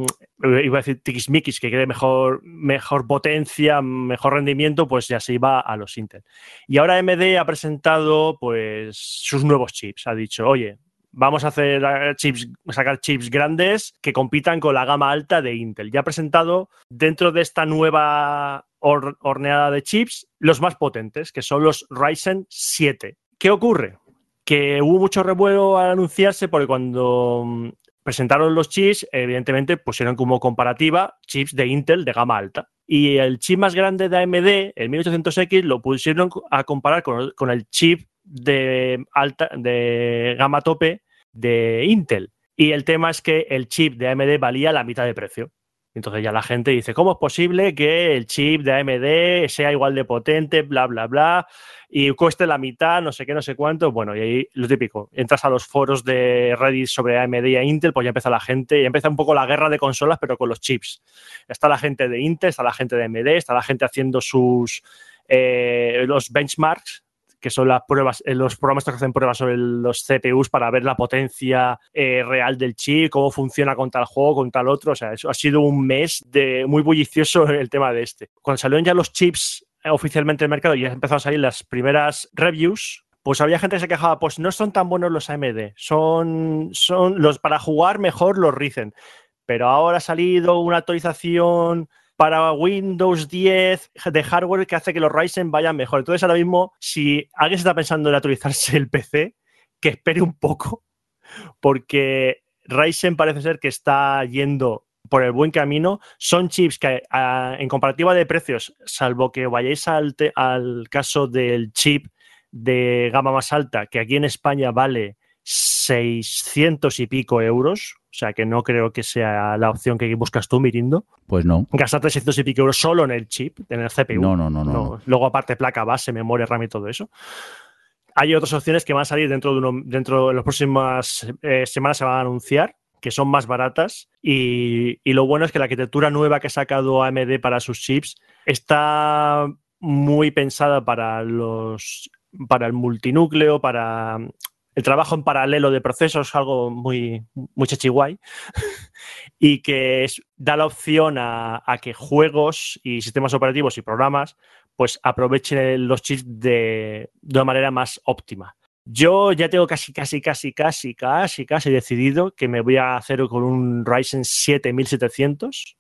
iba a decir tiquismiquis, que quiere mejor, mejor potencia, mejor rendimiento, pues ya se iba a los Intel. Y ahora A M D ha presentado pues sus nuevos chips. Ha dicho, oye, vamos a hacer chips, sacar chips grandes que compitan con la gama alta de Intel. Ya ha presentado dentro de esta nueva hor- horneada de chips los más potentes, que son los Ryzen siete. ¿Qué ocurre? Que hubo mucho revuelo al anunciarse porque cuando presentaron los chips, evidentemente pusieron como comparativa chips de Intel de gama alta. Y el chip más grande de A M D, el mil ochocientos X, lo pusieron a comparar con, con el chip de, alta, de gama tope de Intel. Y el tema es que el chip de A M D valía la mitad de precio. Entonces ya la gente dice, ¿cómo es posible que el chip de A M D sea igual de potente, bla, bla, bla, y cueste la mitad, no sé qué, no sé cuánto? Bueno, y ahí lo típico, entras a los foros de Reddit sobre A M D y a Intel, pues ya empieza la gente, ya empieza un poco la guerra de consolas, pero con los chips. Está la gente de Intel, está la gente de A M D, está la gente haciendo sus eh, los benchmarks, que son las pruebas, los programas que hacen pruebas sobre los C P Us para ver la potencia eh, real del chip, cómo funciona con tal juego, con tal otro. O sea, eso ha sido un mes de muy bullicioso el tema de este. Cuando salieron ya los chips eh, oficialmente en el mercado y ya empezaron a salir las primeras reviews, pues había gente que se quejaba, pues no son tan buenos los A M D, son, son los para jugar mejor los Ryzen. Pero ahora ha salido una actualización para Windows diez de hardware que hace que los Ryzen vayan mejor. Entonces, ahora mismo, si alguien está pensando en actualizarse el P C, que espere un poco, porque Ryzen parece ser que está yendo por el buen camino. Son chips que, a, en comparativa de precios, salvo que vayáis al, te, al caso del chip de gama más alta, que aquí en España vale seiscientos y pico euros, o sea que no creo que sea la opción que buscas tú, Mirindo. Pues no. Gastarte seiscientos y pico euros solo en el chip, en el C P U. No, no, no, no. no. no. Luego, aparte, placa base, memoria RAM y todo eso. Hay otras opciones que van a salir dentro de uno, dentro de las próximas eh, semanas, se van a anunciar, que son más baratas y, y lo bueno es que la arquitectura nueva que ha sacado A M D para sus chips está muy pensada para los para el multinúcleo, para el trabajo en paralelo de procesos, algo muy, muy chichiguay, y que es, da la opción a, a que juegos y sistemas operativos y programas pues aprovechen los chips de, de una manera más óptima. Yo ya tengo casi, casi, casi, casi, casi, casi decidido que me voy a hacer con un Ryzen siete mil setecientos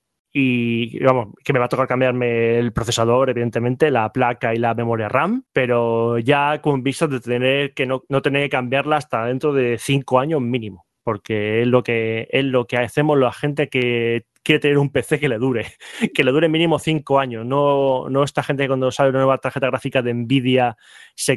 y, vamos, que me va a tocar cambiarme el procesador, evidentemente, la placa y la memoria RAM, pero ya con vistas de tener que no, no tener que cambiarla hasta dentro de cinco años mínimo, porque es lo que, es lo que hacemos la gente que quiere tener un P C que le dure, que le dure mínimo cinco años, no, no esta gente que cuando sale una nueva tarjeta gráfica de Nvidia se,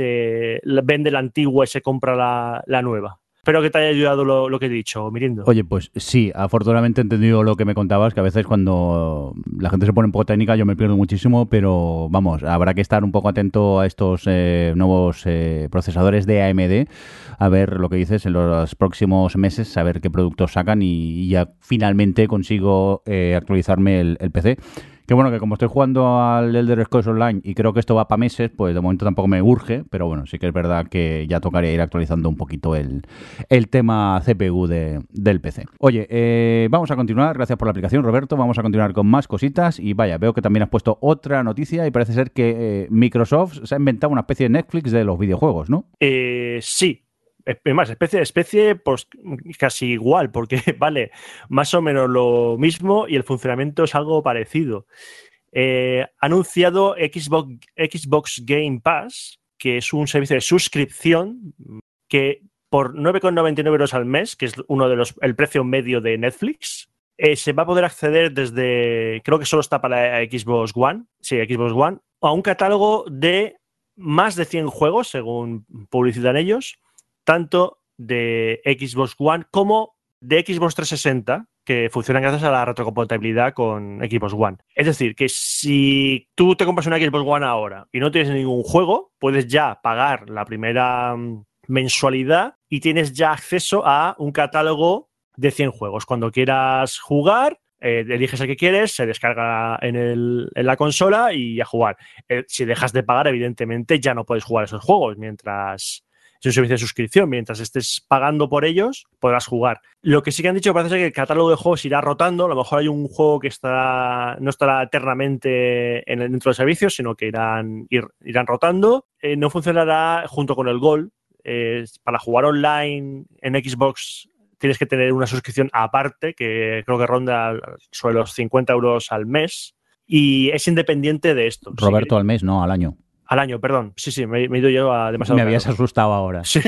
se vende la antigua y se compra la, la nueva. Espero que te haya ayudado lo, lo que he dicho, Mirindo. Oye, pues sí, afortunadamente he entendido lo que me contabas, que a veces cuando la gente se pone un poco técnica yo me pierdo muchísimo, pero vamos, habrá que estar un poco atento a estos eh, nuevos eh, procesadores de A M D, a ver lo que dices en los próximos meses, a ver qué productos sacan y, y ya finalmente consigo eh, actualizarme el, el P C. Que bueno, que como estoy jugando al Elder Scrolls Online y creo que esto va para meses, pues de momento tampoco me urge, pero bueno, sí que es verdad que ya tocaría ir actualizando un poquito el, el tema C P U de, del P C. Oye, eh, vamos a continuar, gracias por la aplicación, Roberto, vamos a continuar con más cositas y vaya, veo que también has puesto otra noticia y parece ser que eh, Microsoft se ha inventado una especie de Netflix de los videojuegos, ¿no? Eh, sí. Es más, especie, especie pues casi igual, porque vale más o menos lo mismo y el funcionamiento es algo parecido. Eh, ha anunciado Xbox, Xbox Game Pass, que es un servicio de suscripción que por nueve con noventa y nueve euros al mes, que es uno de los el precio medio de Netflix, eh, se va a poder acceder desde, creo que solo está para Xbox One, sí, Xbox One, a un catálogo de más de cien juegos, según publicitan ellos, tanto de Xbox One como de Xbox trescientos sesenta, que funcionan gracias a la retrocompatibilidad con Xbox One. Es decir, que si tú te compras una Xbox One ahora y no tienes ningún juego, puedes ya pagar la primera mensualidad y tienes ya acceso a un catálogo de cien juegos. Cuando quieras jugar, eh, eliges el que quieres, se descarga en, el, en la consola y a jugar. Eh, si dejas de pagar, evidentemente ya no puedes jugar esos juegos mientras... Es un servicio de suscripción. Mientras estés pagando por ellos, podrás jugar. Lo que sí que han dicho, parece ser que el catálogo de juegos irá rotando. A lo mejor hay un juego que estará, no estará eternamente en el, dentro del servicio, sino que irán, ir, irán rotando. Eh, no funcionará junto con el Gold. Eh, para jugar online en Xbox tienes que tener una suscripción aparte, que creo que ronda sobre los cincuenta euros al mes. Y es independiente de esto. Roberto, sí, al mes, no, al año. Al año, perdón. Sí, sí, me, me he ido yo a demasiado. Me habías claro. asustado ahora. Sí.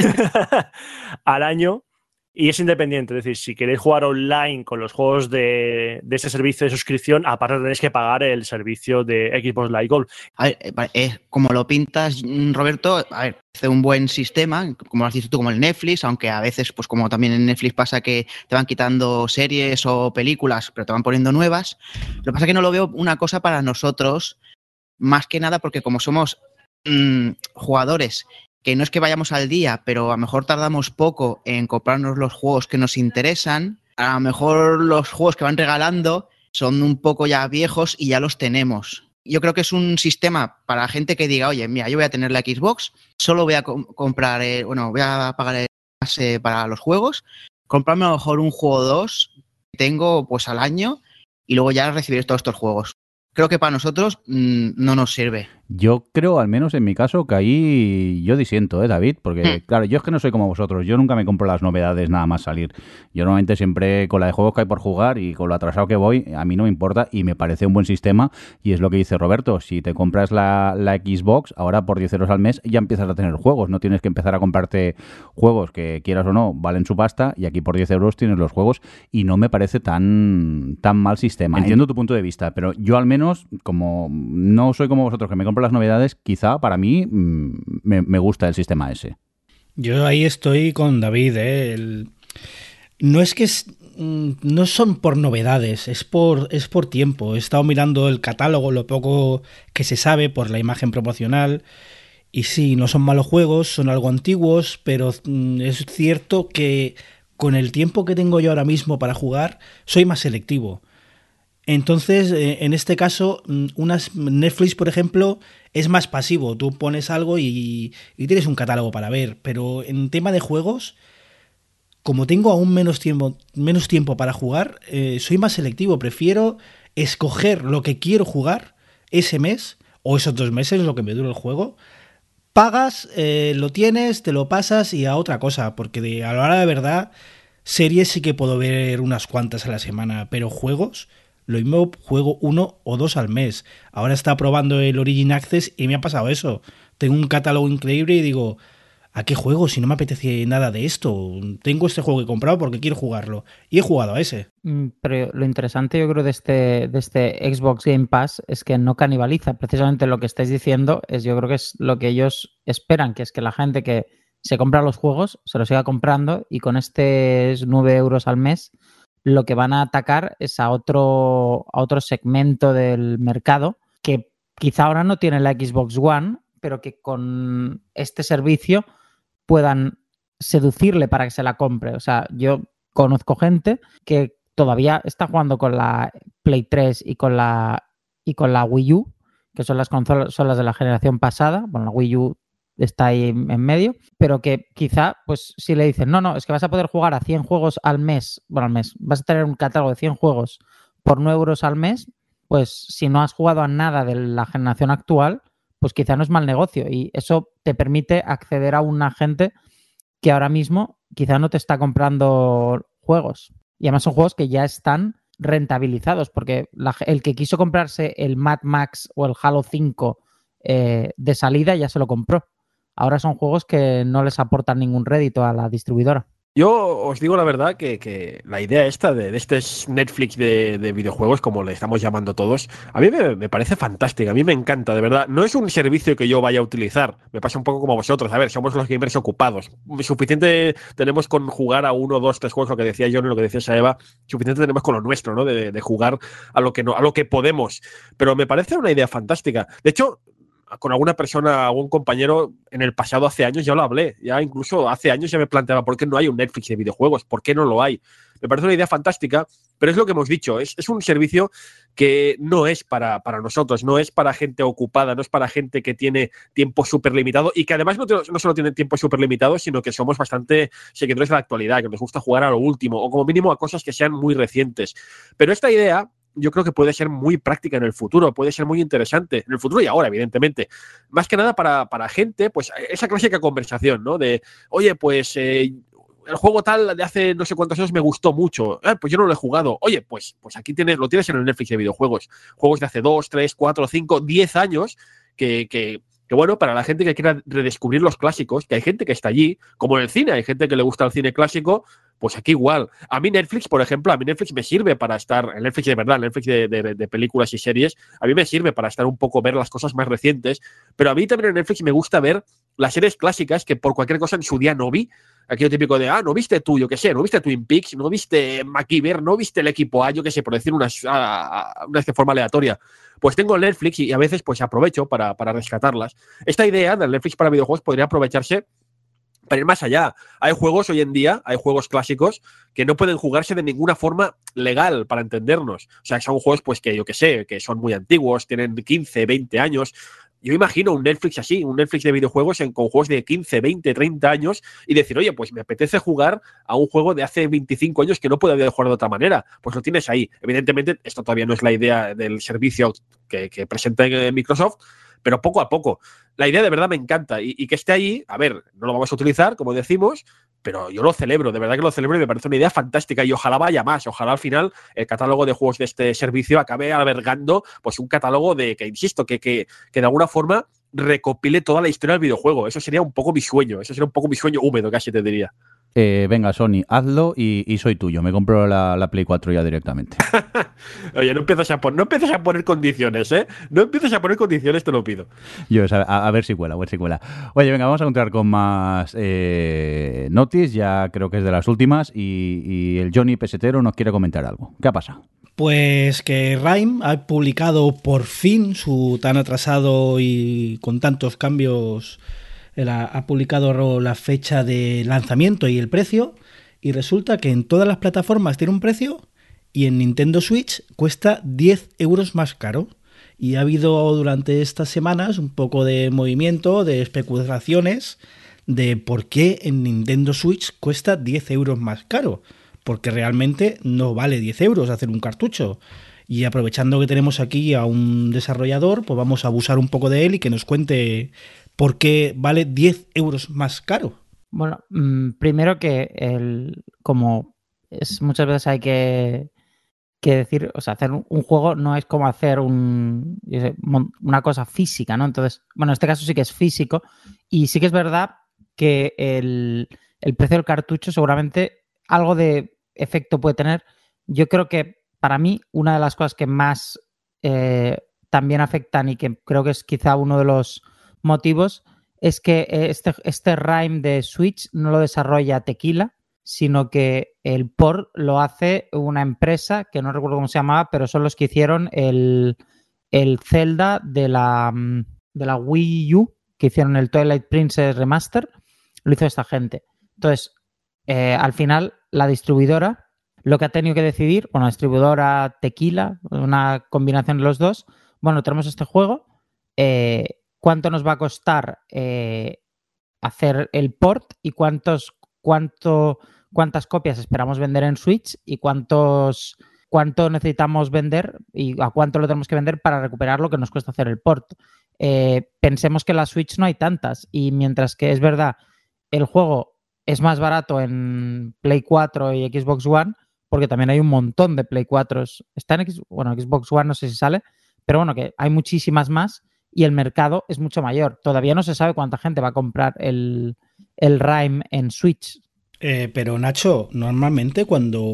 Al año. Y es independiente. Es decir, si queréis jugar online con los juegos de, de ese servicio de suscripción, aparte tenéis que pagar el servicio de Xbox Live Gold. A ver, eh, como lo pintas, Roberto, a ver, hace un buen sistema, como lo has dicho tú, como el Netflix, aunque a veces, pues como también en Netflix pasa que te van quitando series o películas, pero te van poniendo nuevas. Lo que pasa es que no lo veo una cosa para nosotros, más que nada porque como somos mmm, jugadores que no es que vayamos al día, pero a lo mejor tardamos poco en comprarnos los juegos que nos interesan, a lo mejor los juegos que van regalando son un poco ya viejos y ya los tenemos. Yo creo que es un sistema para gente que diga, oye, mira, yo voy a tener la Xbox, solo voy a com- comprar, eh, bueno, voy a pagar el pase para los juegos, comprarme a lo mejor un juego o dos que tengo pues al año y luego ya recibir todos estos juegos. Creo que para nosotros mmm, no nos sirve. Yo creo, al menos en mi caso, que ahí yo disiento, ¿eh, David? Porque, mm. claro, yo es que no soy como vosotros. Yo nunca me compro las novedades nada más salir. Yo normalmente siempre con la de juegos que hay por jugar y con lo atrasado que voy, a mí no me importa y me parece un buen sistema. Y es lo que dice Roberto. Si te compras la, la Xbox, ahora por diez euros al mes ya empiezas a tener juegos. No tienes que empezar a comprarte juegos que quieras o no, valen su pasta. Y aquí por diez euros tienes los juegos y no me parece tan, tan mal sistema. Entiendo tu punto de vista, pero yo al menos, como no soy como vosotros, que me compro las novedades, quizá para mí mmm, me, me gusta el sistema ese. Yo ahí estoy con David, ¿eh? El... No es que es... no son por novedades, es por, es por tiempo. He estado mirando el catálogo, lo poco que se sabe por la imagen promocional, y sí, no son malos juegos, son algo antiguos, pero es cierto que con el tiempo que tengo yo ahora mismo para jugar, soy más selectivo. Entonces, eh, en este caso, unas Netflix, por ejemplo, es más pasivo. Tú pones algo y, y tienes un catálogo para ver. Pero en tema de juegos, como tengo aún menos tiempo, menos tiempo para jugar, eh, soy más selectivo. Prefiero escoger lo que quiero jugar ese mes o esos dos meses, lo que me dura el juego. Pagas, eh, lo tienes, te lo pasas y a otra cosa. Porque de, a la hora de verdad, series sí que puedo ver unas cuantas a la semana, pero juegos... Lo mismo juego uno o dos al mes. Ahora está probando el Origin Access y me ha pasado eso. Tengo un catálogo increíble y digo, ¿a qué juego si no me apetece nada de esto? Tengo este juego que he comprado porque quiero jugarlo. Y he jugado a ese. Pero lo interesante yo creo de este, de este Xbox Game Pass es que no canibaliza. Precisamente lo que estáis diciendo es, yo creo que es lo que ellos esperan, que es que la gente que se compra los juegos se los siga comprando y con estos nueve euros al mes lo que van a atacar es a otro, a otro segmento del mercado que quizá ahora no tiene la Xbox One, pero que con este servicio puedan seducirle para que se la compre. O sea, yo conozco gente que todavía está jugando con la Play tres y con la, y con la Wii U, que son las consolas de la generación pasada. Bueno, la Wii U está ahí en medio, pero que quizá, pues si le dicen, no, no, es que vas a poder jugar a cien juegos al mes, bueno, al mes, vas a tener un catálogo de cien juegos por nueve euros al mes, pues si no has jugado a nada de la generación actual, pues quizá no es mal negocio y eso te permite acceder a una gente que ahora mismo quizá no te está comprando juegos. Y además son juegos que ya están rentabilizados, porque la, el que quiso comprarse el Mad Max o el Halo cinco eh, de salida ya se lo compró. Ahora son juegos que no les aportan ningún rédito a la distribuidora. Yo os digo la verdad que, que la idea esta de, de este Netflix de, de videojuegos, como le estamos llamando todos, a mí me, me parece fantástica, a mí me encanta, de verdad. No es un servicio que yo vaya a utilizar, me pasa un poco como vosotros. A ver, somos los gamers ocupados. Suficiente tenemos con jugar a uno, dos, tres juegos, lo que decía John y lo que decía Eva, suficiente tenemos con lo nuestro, ¿no? De, de jugar a lo que no, a lo que podemos. Pero me parece una idea fantástica. De hecho, con alguna persona, algún compañero en el pasado hace años ya lo hablé, ya incluso hace años ya me planteaba ¿por qué no hay un Netflix de videojuegos? ¿Por qué no lo hay? Me parece una idea fantástica, pero es lo que hemos dicho, es, es un servicio que no es para, para nosotros, no es para gente ocupada, no es para gente que tiene tiempo súper limitado y que además no, no solo tiene tiempo súper limitado, sino que somos bastante seguidores de la actualidad, que nos gusta jugar a lo último o como mínimo a cosas que sean muy recientes. Pero esta idea yo creo que puede ser muy práctica en el futuro, puede ser muy interesante en el futuro y ahora, evidentemente. Más que nada para, para gente, pues esa clásica conversación, ¿no? De, oye, pues eh, el juego tal de hace no sé cuántos años me gustó mucho, eh, pues yo no lo he jugado. Oye, pues, pues aquí tienes, lo tienes en el Netflix de videojuegos. Juegos de hace dos, tres, cuatro, cinco, diez años que... que Que bueno, para la gente que quiera redescubrir los clásicos, que hay gente que está allí, como en el cine, hay gente que le gusta el cine clásico, pues aquí igual. A mí Netflix, por ejemplo, a mí Netflix me sirve para estar, el Netflix de verdad, el Netflix de, de, de películas y series, a mí me sirve para estar un poco, ver las cosas más recientes, pero a mí también en Netflix me gusta ver las series clásicas que por cualquier cosa en su día no vi. Aquello típico de, ah, no viste tú, yo qué sé, no viste Twin Peaks, no viste MacGyver, no viste el equipo A, yo qué sé, por decir unas, a, a, unas de forma aleatoria. Pues tengo el Netflix y a veces pues aprovecho para, para rescatarlas. Esta idea del Netflix para videojuegos podría aprovecharse para ir más allá. Hay juegos hoy en día, hay juegos clásicos que no pueden jugarse de ninguna forma legal, para entendernos. O sea, son juegos pues que yo qué sé, que son muy antiguos, tienen quince, veinte años. Yo imagino un Netflix así, un Netflix de videojuegos en, con juegos de quince, veinte, treinta años y decir, oye, pues me apetece jugar a un juego de hace veinticinco años que no puedo haber jugado de otra manera. Pues lo tienes ahí. Evidentemente, esto todavía no es la idea del servicio que, que presenta Microsoft, pero poco a poco. La idea de verdad me encanta y, y que esté ahí, a ver, no lo vamos a utilizar, como decimos, pero yo lo celebro, de verdad que lo celebro y me parece una idea fantástica y ojalá vaya más, ojalá al final el catálogo de juegos de este servicio acabe albergando pues un catálogo de que, insisto, que, que, que de alguna forma recopile toda la historia del videojuego. Eso sería un poco mi sueño, eso sería un poco mi sueño húmedo, casi te diría. Eh, venga, Sony, hazlo y, y soy tuyo. Me compro la, la Play cuatro ya directamente. Oye, no empieces a poner, no empieces a poner condiciones, ¿eh? No empieces a poner condiciones, te lo pido. Yo, a, a ver si cuela, a ver si cuela. Oye, venga, vamos a continuar con más eh, noticias. Ya creo que es de las últimas. Y, y el Johnny Pesetero nos quiere comentar algo. ¿Qué ha pasado? Pues que Rime ha publicado por fin su tan atrasado y con tantos cambios... Ha publicado la fecha de lanzamiento y el precio y resulta que en todas las plataformas tiene un precio y en Nintendo Switch cuesta diez euros más caro. Y ha habido durante estas semanas un poco de movimiento, de especulaciones de por qué en Nintendo Switch cuesta diez euros más caro. Porque realmente no vale diez euros hacer un cartucho. Y aprovechando que tenemos aquí a un desarrollador, pues vamos a abusar un poco de él y que nos cuente por qué vale diez euros más caro. Bueno, mmm, primero que el, como es, muchas veces hay que, que decir, o sea, hacer un, un juego no es como hacer un, yo sé, una cosa física, ¿no? Entonces, bueno, en este caso sí que es físico y sí que es verdad que el, el precio del cartucho seguramente algo de efecto puede tener. Yo creo que para mí una de las cosas que más eh, también afectan y que creo que es quizá uno de los motivos es que este, este RIME de Switch no lo desarrolla Tequila, sino que el port lo hace una empresa que no recuerdo cómo se llamaba, pero son los que hicieron el, el Zelda de la, de la Wii U, que hicieron el Twilight Princess Remaster, lo hizo esta gente. Entonces, eh, al final, la distribuidora lo que ha tenido que decidir, bueno, distribuidora Tequila, una combinación de los dos, bueno, tenemos este juego, eh, ¿cuánto nos va a costar eh, hacer el port y cuántos, cuánto, cuántas copias esperamos vender en Switch y cuántos, cuánto necesitamos vender y a cuánto lo tenemos que vender para recuperar lo que nos cuesta hacer el port? Eh, pensemos que en la Switch no hay tantas y mientras que es verdad, el juego es más barato en Play cuatro y Xbox One, porque también hay un montón de Play cuatro. Está en X, bueno, Xbox One no sé si sale, pero bueno, que hay muchísimas más y el mercado es mucho mayor. Todavía no se sabe cuánta gente va a comprar el, el RIME en Switch. Eh, pero Nacho, normalmente cuando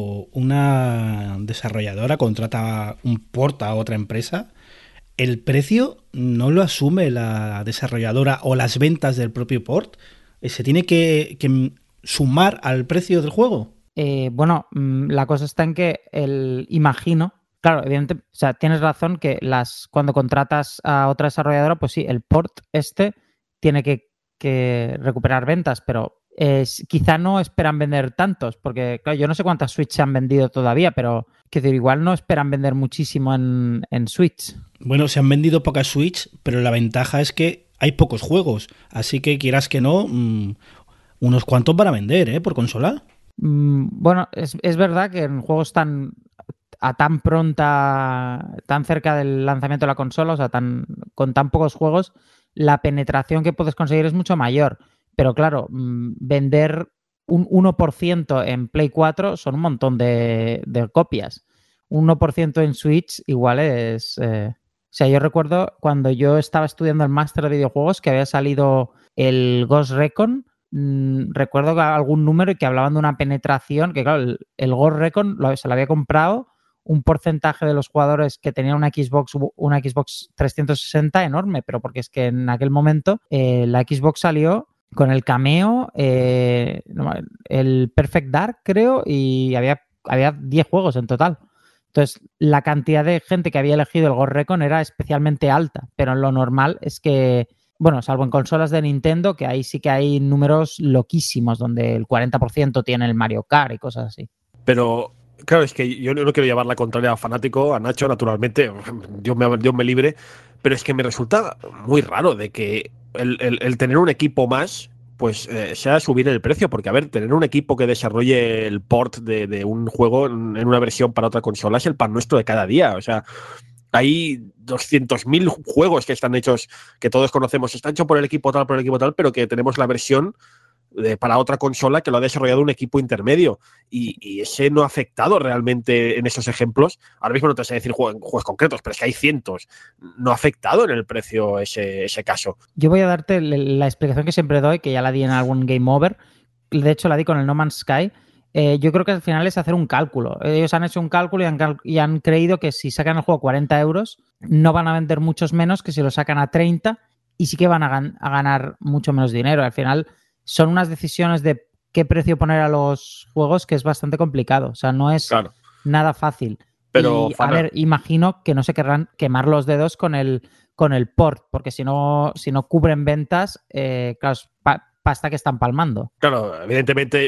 una desarrolladora contrata un port a otra empresa, el precio no lo asume la desarrolladora o las ventas del propio port. ¿Se tiene que, que sumar al precio del juego? Eh, bueno, la cosa está en que el imagino, claro, evidentemente, o sea, tienes razón que las cuando contratas a otra desarrolladora, pues sí, el port este tiene que, que recuperar ventas, pero eh, quizá no esperan vender tantos, porque claro, yo no sé cuántas Switch se han vendido todavía, pero que igual no esperan vender muchísimo en, en Switch. Bueno, se han vendido pocas Switch, pero la ventaja es que hay pocos juegos, así que quieras que no, mmm, unos cuantos para vender, ¿eh? Por consola. Bueno, es, es verdad que en juegos tan a tan pronta, tan cerca del lanzamiento de la consola, o sea, tan, con tan pocos juegos, la penetración que puedes conseguir es mucho mayor. Pero claro, vender un uno por ciento en Play cuatro son un montón de, de copias. Un uno por ciento en Switch igual es... Eh... O sea, yo recuerdo cuando yo estaba estudiando el máster de videojuegos que había salido el Ghost Recon. Mm, recuerdo que algún número que hablaban de una penetración, que claro, el, el Ghost Recon lo, se lo había comprado un porcentaje de los jugadores que tenían una Xbox, una Xbox trescientos sesenta enorme, pero porque es que en aquel momento eh, la Xbox salió con el Cameo, eh, el Perfect Dark creo, y había, había diez juegos en total. Entonces, la cantidad de gente que había elegido el Ghost Recon era especialmente alta, pero lo normal es que, bueno, salvo en consolas de Nintendo, que ahí sí que hay números loquísimos, donde el cuarenta por ciento tiene el Mario Kart y cosas así. Pero, claro, es que yo no quiero llevar la contraria a fanático, a Nacho, naturalmente, Dios me, Dios me libre, pero es que me resulta muy raro de que el, el, el tener un equipo más, pues eh, sea subir el precio, porque a ver, tener un equipo que desarrolle el port de, de un juego en, en una versión para otra consola es el pan nuestro de cada día, o sea... Hay doscientos mil juegos que están hechos, que todos conocemos, están hechos por el equipo tal, por el equipo tal, pero que tenemos la versión de, para otra consola que lo ha desarrollado un equipo intermedio. Y, y ese no ha afectado realmente en esos ejemplos. Ahora mismo no te sé decir juegos, juegos concretos, pero es que hay cientos. No ha afectado en el precio ese, ese caso. Yo voy a darte la explicación que siempre doy, que ya la di en algún Game Over. De hecho, la di con el No Man's Sky. Eh, yo creo que al final es hacer un cálculo. Ellos han hecho un cálculo y han, cal- y han creído que si sacan el juego a cuarenta euros no van a vender muchos menos que si lo sacan a treinta y sí que van a, gan- a ganar mucho menos dinero. Al final son unas decisiones de qué precio poner a los juegos que es bastante complicado. O sea, no es Claro. nada fácil. Pero, y, Fana, a ver, imagino que no se querrán quemar los dedos con el, con el port, porque si no, si no cubren ventas, eh, claro, es pa- pasta que están palmando. Claro, evidentemente...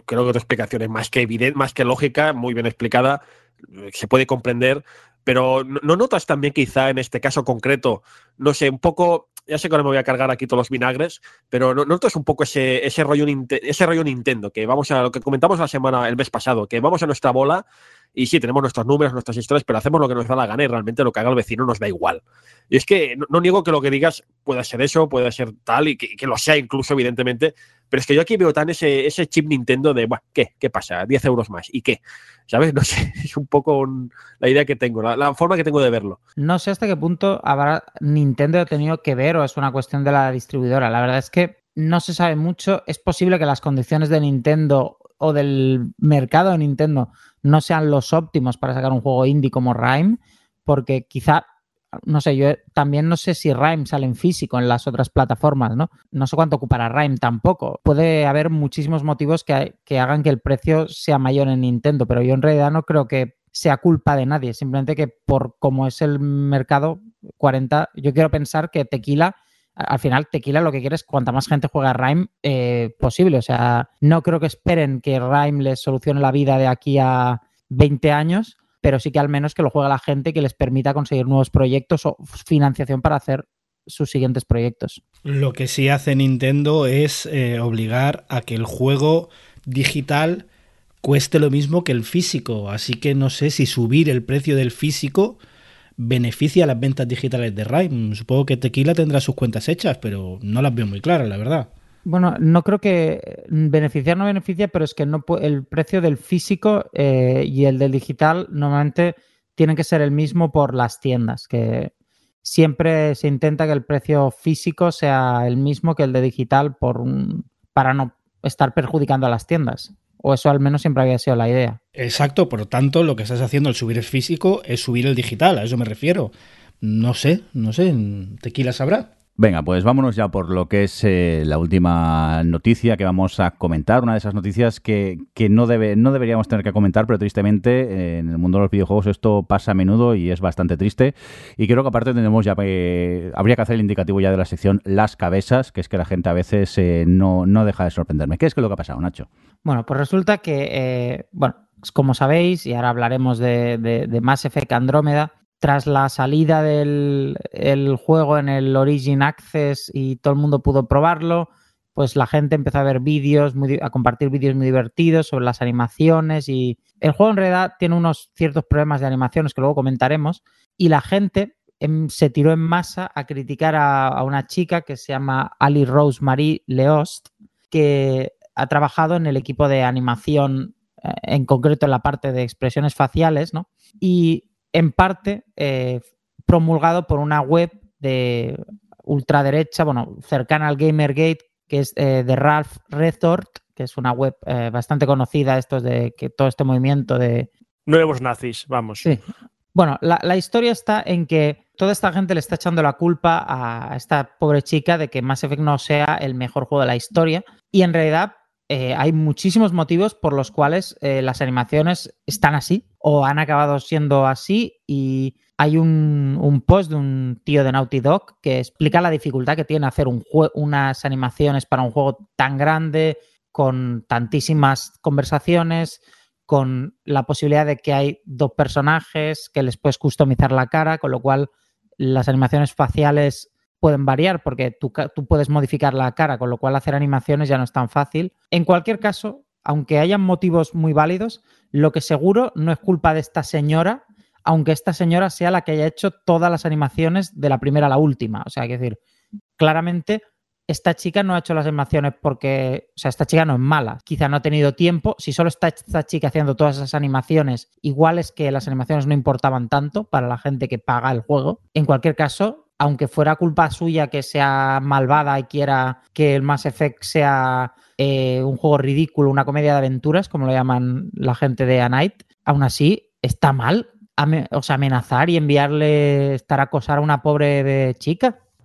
creo que tu explicación es más que evidente, más que lógica, muy bien explicada, se puede comprender, pero ¿no notas también quizá en este caso concreto, no sé, un poco, ya sé que ahora me voy a cargar aquí todos los vinagres, pero ¿no notas un poco ese, ese, rollo, ese rollo Nintendo, que vamos a lo que comentamos la semana, el mes pasado, que vamos a nuestra bola y sí, tenemos nuestros números, nuestras historias, pero hacemos lo que nos da la gana y realmente lo que haga el vecino nos da igual. Y es que no, no niego que lo que digas pueda ser eso, puede ser tal, y que, que lo sea incluso, evidentemente, pero es que yo aquí veo tan ese, ese chip Nintendo de, bueno, ¿qué? ¿Qué pasa? diez euros más. ¿Y qué? ¿Sabes? No sé, es un poco un, la idea que tengo, la, la forma que tengo de verlo. No sé hasta qué punto habrá Nintendo tenido que ver o es una cuestión de la distribuidora. La verdad es que no se sabe mucho. Es posible que las condiciones de Nintendo o del mercado de Nintendo no sean los óptimos para sacar un juego indie como Rime, porque quizá, no sé, yo también no sé si Rime sale en físico en las otras plataformas, ¿no? No sé cuánto ocupará Rime tampoco. Puede haber muchísimos motivos que, que hagan que el precio sea mayor en Nintendo, pero yo en realidad no creo que sea culpa de nadie, simplemente que por cómo es el mercado, cuarenta, yo quiero pensar que Tequila, al final Tequila lo que quiere es cuanta más gente juega a Rime eh, posible, o sea, no creo que esperen que Rime les solucione la vida de aquí a veinte años, pero sí que al menos que lo juegue la gente, que les permita conseguir nuevos proyectos o financiación para hacer sus siguientes proyectos. Lo que sí hace Nintendo es eh, obligar a que el juego digital cueste lo mismo que el físico, así que no sé si subir el precio del físico beneficia a las ventas digitales de Rime. Supongo que Tequila tendrá sus cuentas hechas, pero no las veo muy claras, la verdad. Bueno, no creo que beneficiar no beneficia, pero es que no el precio del físico eh, y el del digital normalmente tienen que ser el mismo por las tiendas, que siempre se intenta que el precio físico sea el mismo que el de digital por un, para no estar perjudicando a las tiendas. O eso al menos siempre había sido la idea. Exacto, por lo tanto, lo que estás haciendo al subir el físico es subir el digital, a eso me refiero. No sé, no sé, Tequila sabrá. Venga, pues vámonos ya por lo que es eh, la última noticia que vamos a comentar. Una de esas noticias que, que no, debe, no deberíamos tener que comentar, pero tristemente eh, en el mundo de los videojuegos esto pasa a menudo y es bastante triste. Y creo que aparte tenemos ya eh, habría que hacer el indicativo ya de la sección Las Cabezas, que es que la gente a veces eh, no, no deja de sorprenderme. ¿Qué es que lo que ha pasado, Nacho? Bueno, pues resulta que, eh, bueno, como sabéis, y ahora hablaremos de, de, de Mass Effect Andrómeda, tras la salida del el juego en el Origin Access y todo el mundo pudo probarlo, pues la gente empezó a ver vídeos, muy, a compartir vídeos muy divertidos sobre las animaciones y el juego en realidad tiene unos ciertos problemas de animaciones que luego comentaremos y la gente em, se tiró en masa a criticar a, a una chica que se llama Ali Rose Marie Leost, que ha trabajado en el equipo de animación, eh, en concreto en la parte de expresiones faciales, ¿no? Y en parte eh, promulgado por una web de ultraderecha, bueno, cercana al Gamergate, que es eh, de Ralph Redthorp, que es una web eh, bastante conocida, estos de que todo este movimiento de... Nuevos nazis, vamos. Sí. Bueno, la, la historia está en que toda esta gente le está echando la culpa a esta pobre chica de que Mass Effect no sea el mejor juego de la historia y en realidad Eh, hay muchísimos motivos por los cuales eh, las animaciones están así o han acabado siendo así y hay un, un post de un tío de Naughty Dog que explica la dificultad que tiene hacer un unas animaciones para un juego tan grande, con tantísimas conversaciones, con la posibilidad de que hay dos personajes que les puedes customizar la cara, con lo cual las animaciones faciales pueden variar porque tú, tú puedes modificar la cara, con lo cual hacer animaciones ya no es tan fácil. En cualquier caso, aunque hayan motivos muy válidos, lo que seguro no es culpa de esta señora, aunque esta señora sea la que haya hecho todas las animaciones de la primera a la última. O sea, hay que decir, claramente esta chica no ha hecho las animaciones porque... O sea, esta chica no es mala. Quizá no ha tenido tiempo. Si solo está esta chica haciendo todas esas animaciones, igual es que las animaciones no importaban tanto para la gente que paga el juego. En cualquier caso, aunque fuera culpa suya que sea malvada y quiera que el Mass Effect sea eh, un juego ridículo, una comedia de aventuras, como lo llaman la gente de A Night, aún así está mal, o sea, amenazar y enviarle, estar a acosar a una pobre chica.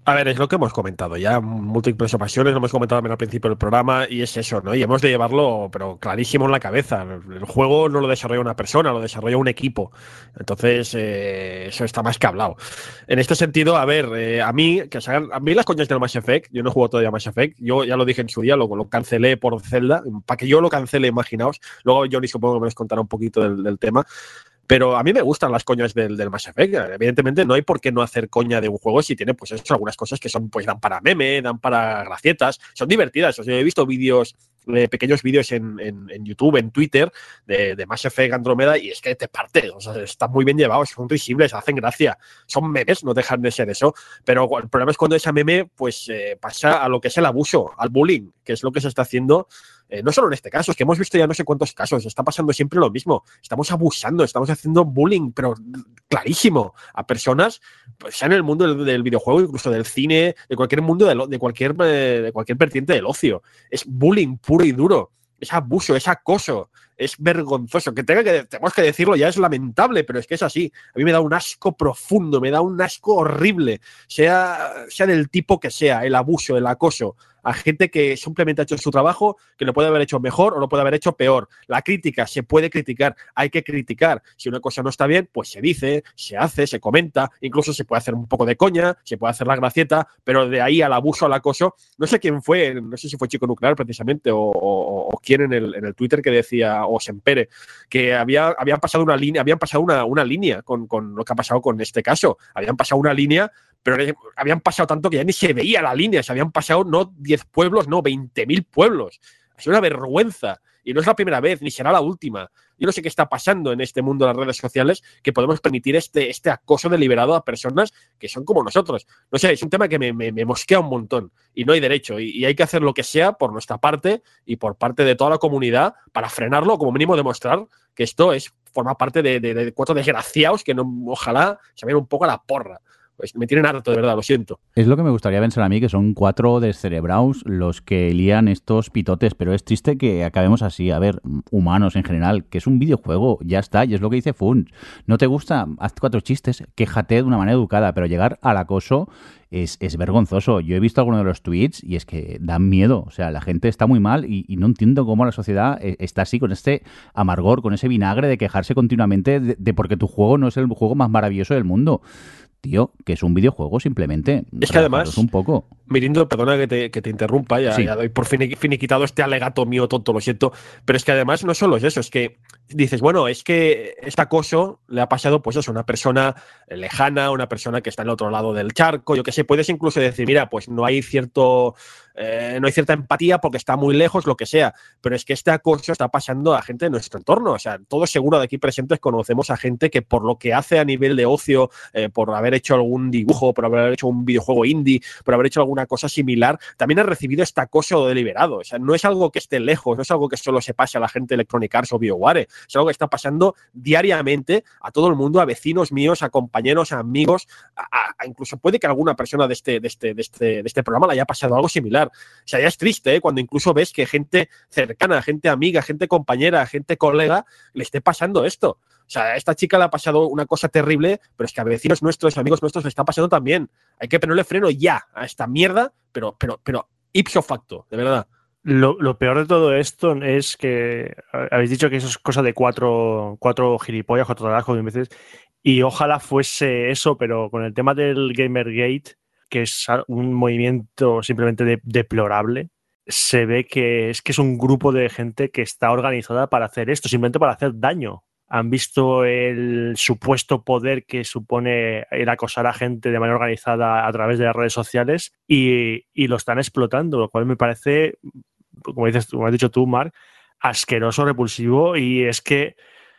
A ver, es lo que hemos comentado ya múltiples ocasiones, lo hemos comentado también al principio del programa, y es eso, ¿no? Y hemos de llevarlo, pero clarísimo en la cabeza. El, el juego no lo desarrolla una persona, lo desarrolla un equipo. Entonces, eh, eso está más que hablado. En este sentido, a ver, eh, a mí, que se hagan, a mí las coñas del Mass Effect, yo no he jugado todavía a Mass Effect, yo ya lo dije en su día, lo, lo cancelé por Zelda, para que yo lo cancele, imaginaos. Luego Johnny supongo que me les contará un poquito del, del tema. Pero a mí me gustan las coñas del, del Mass Effect. Evidentemente no hay por qué no hacer coña de un juego si tiene pues eso, algunas cosas que son pues dan para meme, dan para gracietas, son divertidas. O sea, he visto vídeos, eh, pequeños vídeos en, en, en YouTube, en Twitter de, de Mass Effect Andromeda y es que te partes. O sea, están muy bien llevados, son risibles, hacen gracia. Son memes, no dejan de ser eso. Pero el problema es cuando esa meme pues eh, pasa a lo que es el abuso, al bullying, que es lo que se está haciendo. Eh, no solo en este caso, es que hemos visto ya no sé cuántos casos, está pasando siempre lo mismo. Estamos abusando, estamos haciendo bullying, pero clarísimo, a personas, pues, sea en el mundo del, del videojuego, incluso del cine, de cualquier mundo, de, de, cualquier, de cualquier vertiente del ocio. Es bullying puro y duro, es abuso, es acoso, es vergonzoso. Que tenga que, tenemos que decirlo ya es lamentable, pero es que es así. A mí me da un asco profundo, me da un asco horrible, sea, sea del tipo que sea, el abuso, el acoso, a gente que simplemente ha hecho su trabajo, que lo puede haber hecho mejor o lo puede haber hecho peor. La crítica se puede criticar, hay que criticar. Si una cosa no está bien, pues se dice, se hace, se comenta, incluso se puede hacer un poco de coña, se puede hacer la gracieta, pero de ahí al abuso, al acoso, no sé quién fue, no sé si fue Chico Nuclear precisamente o, o, o quién en el, en el Twitter que decía, o Sempere, que había, habían pasado una línea, habían pasado una, una línea con, con lo que ha pasado con este caso. Habían pasado una línea, pero habían pasado tanto que ya ni se veía la línea. Se habían pasado no diez pueblos, no veinte mil pueblos. Es una vergüenza. Y no es la primera vez, ni será la última. Yo no sé qué está pasando en este mundo de las redes sociales que podemos permitir este, este acoso deliberado a personas que son como nosotros. No sé, es un tema que me, me, me mosquea un montón y no hay derecho. Y, y hay que hacer lo que sea por nuestra parte y por parte de toda la comunidad para frenarlo, como mínimo demostrar que esto es forma parte de, de, de cuatro desgraciados que no, ojalá se vayan un poco a la porra. Pues me tienen harto, de verdad, lo siento. Es lo que me gustaría pensar a mí, que son cuatro descerebrados los que lían estos pitotes, pero es triste que acabemos así. A ver, humanos en general, que es un videojuego, ya está, y es lo que dice Funs. No te gusta, haz cuatro chistes, quéjate de una manera educada, pero llegar al acoso es, es vergonzoso. Yo he visto algunos de los tweets y es que dan miedo. O sea, la gente está muy mal y, y no entiendo cómo la sociedad está así, con este amargor, con ese vinagre de quejarse continuamente de, de porque tu juego no es el juego más maravilloso del mundo. Tío, que es un videojuego simplemente. Es que además, un poco. Mirindo, perdona que te, que te interrumpa, ya, sí. ya doy por finiquitado este alegato mío tonto, lo siento, pero es que además no solo es eso, es que dices, bueno, es que este acoso le ha pasado pues eso, a una persona lejana, una persona que está en el otro lado del charco, yo que sé, puedes incluso decir, mira, pues no hay cierto, eh, no hay cierta empatía porque está muy lejos, lo que sea, pero es que este acoso está pasando a gente de nuestro entorno, o sea, todos seguro de aquí presentes conocemos a gente que por lo que hace a nivel de ocio, eh, por haber hecho algún dibujo, por haber hecho un videojuego indie, por haber hecho alguna cosa similar, también ha recibido este acoso deliberado. O sea, no es algo que esté lejos, no es algo que solo se pase a la gente de Electronic Arts o BioWare, es algo que está pasando diariamente a todo el mundo, a vecinos míos, a compañeros, a amigos, a, a incluso puede que alguna persona de este, de, este, de, este, de este programa le haya pasado algo similar. O sea, ya es triste, ¿eh? Cuando incluso ves que gente cercana, gente amiga, gente compañera, gente colega, le esté pasando esto. O sea, a esta chica le ha pasado una cosa terrible, pero es que a vecinos nuestros, amigos nuestros, le está pasando también. Hay que ponerle freno ya a esta mierda, pero, pero, pero ipso facto, de verdad. Lo, lo peor de todo esto es que habéis dicho que eso es cosa de cuatro, cuatro gilipollas, cuatro trabajos, veces, y ojalá fuese eso, pero con el tema del Gamergate, que es un movimiento simplemente de, deplorable, se ve que es que es un grupo de gente que está organizada para hacer esto, simplemente para hacer daño. Han visto el supuesto poder que supone el acosar a gente de manera organizada a través de las redes sociales y, y lo están explotando, lo cual me parece, como dices, como has dicho tú, Marc, asqueroso, repulsivo, y es que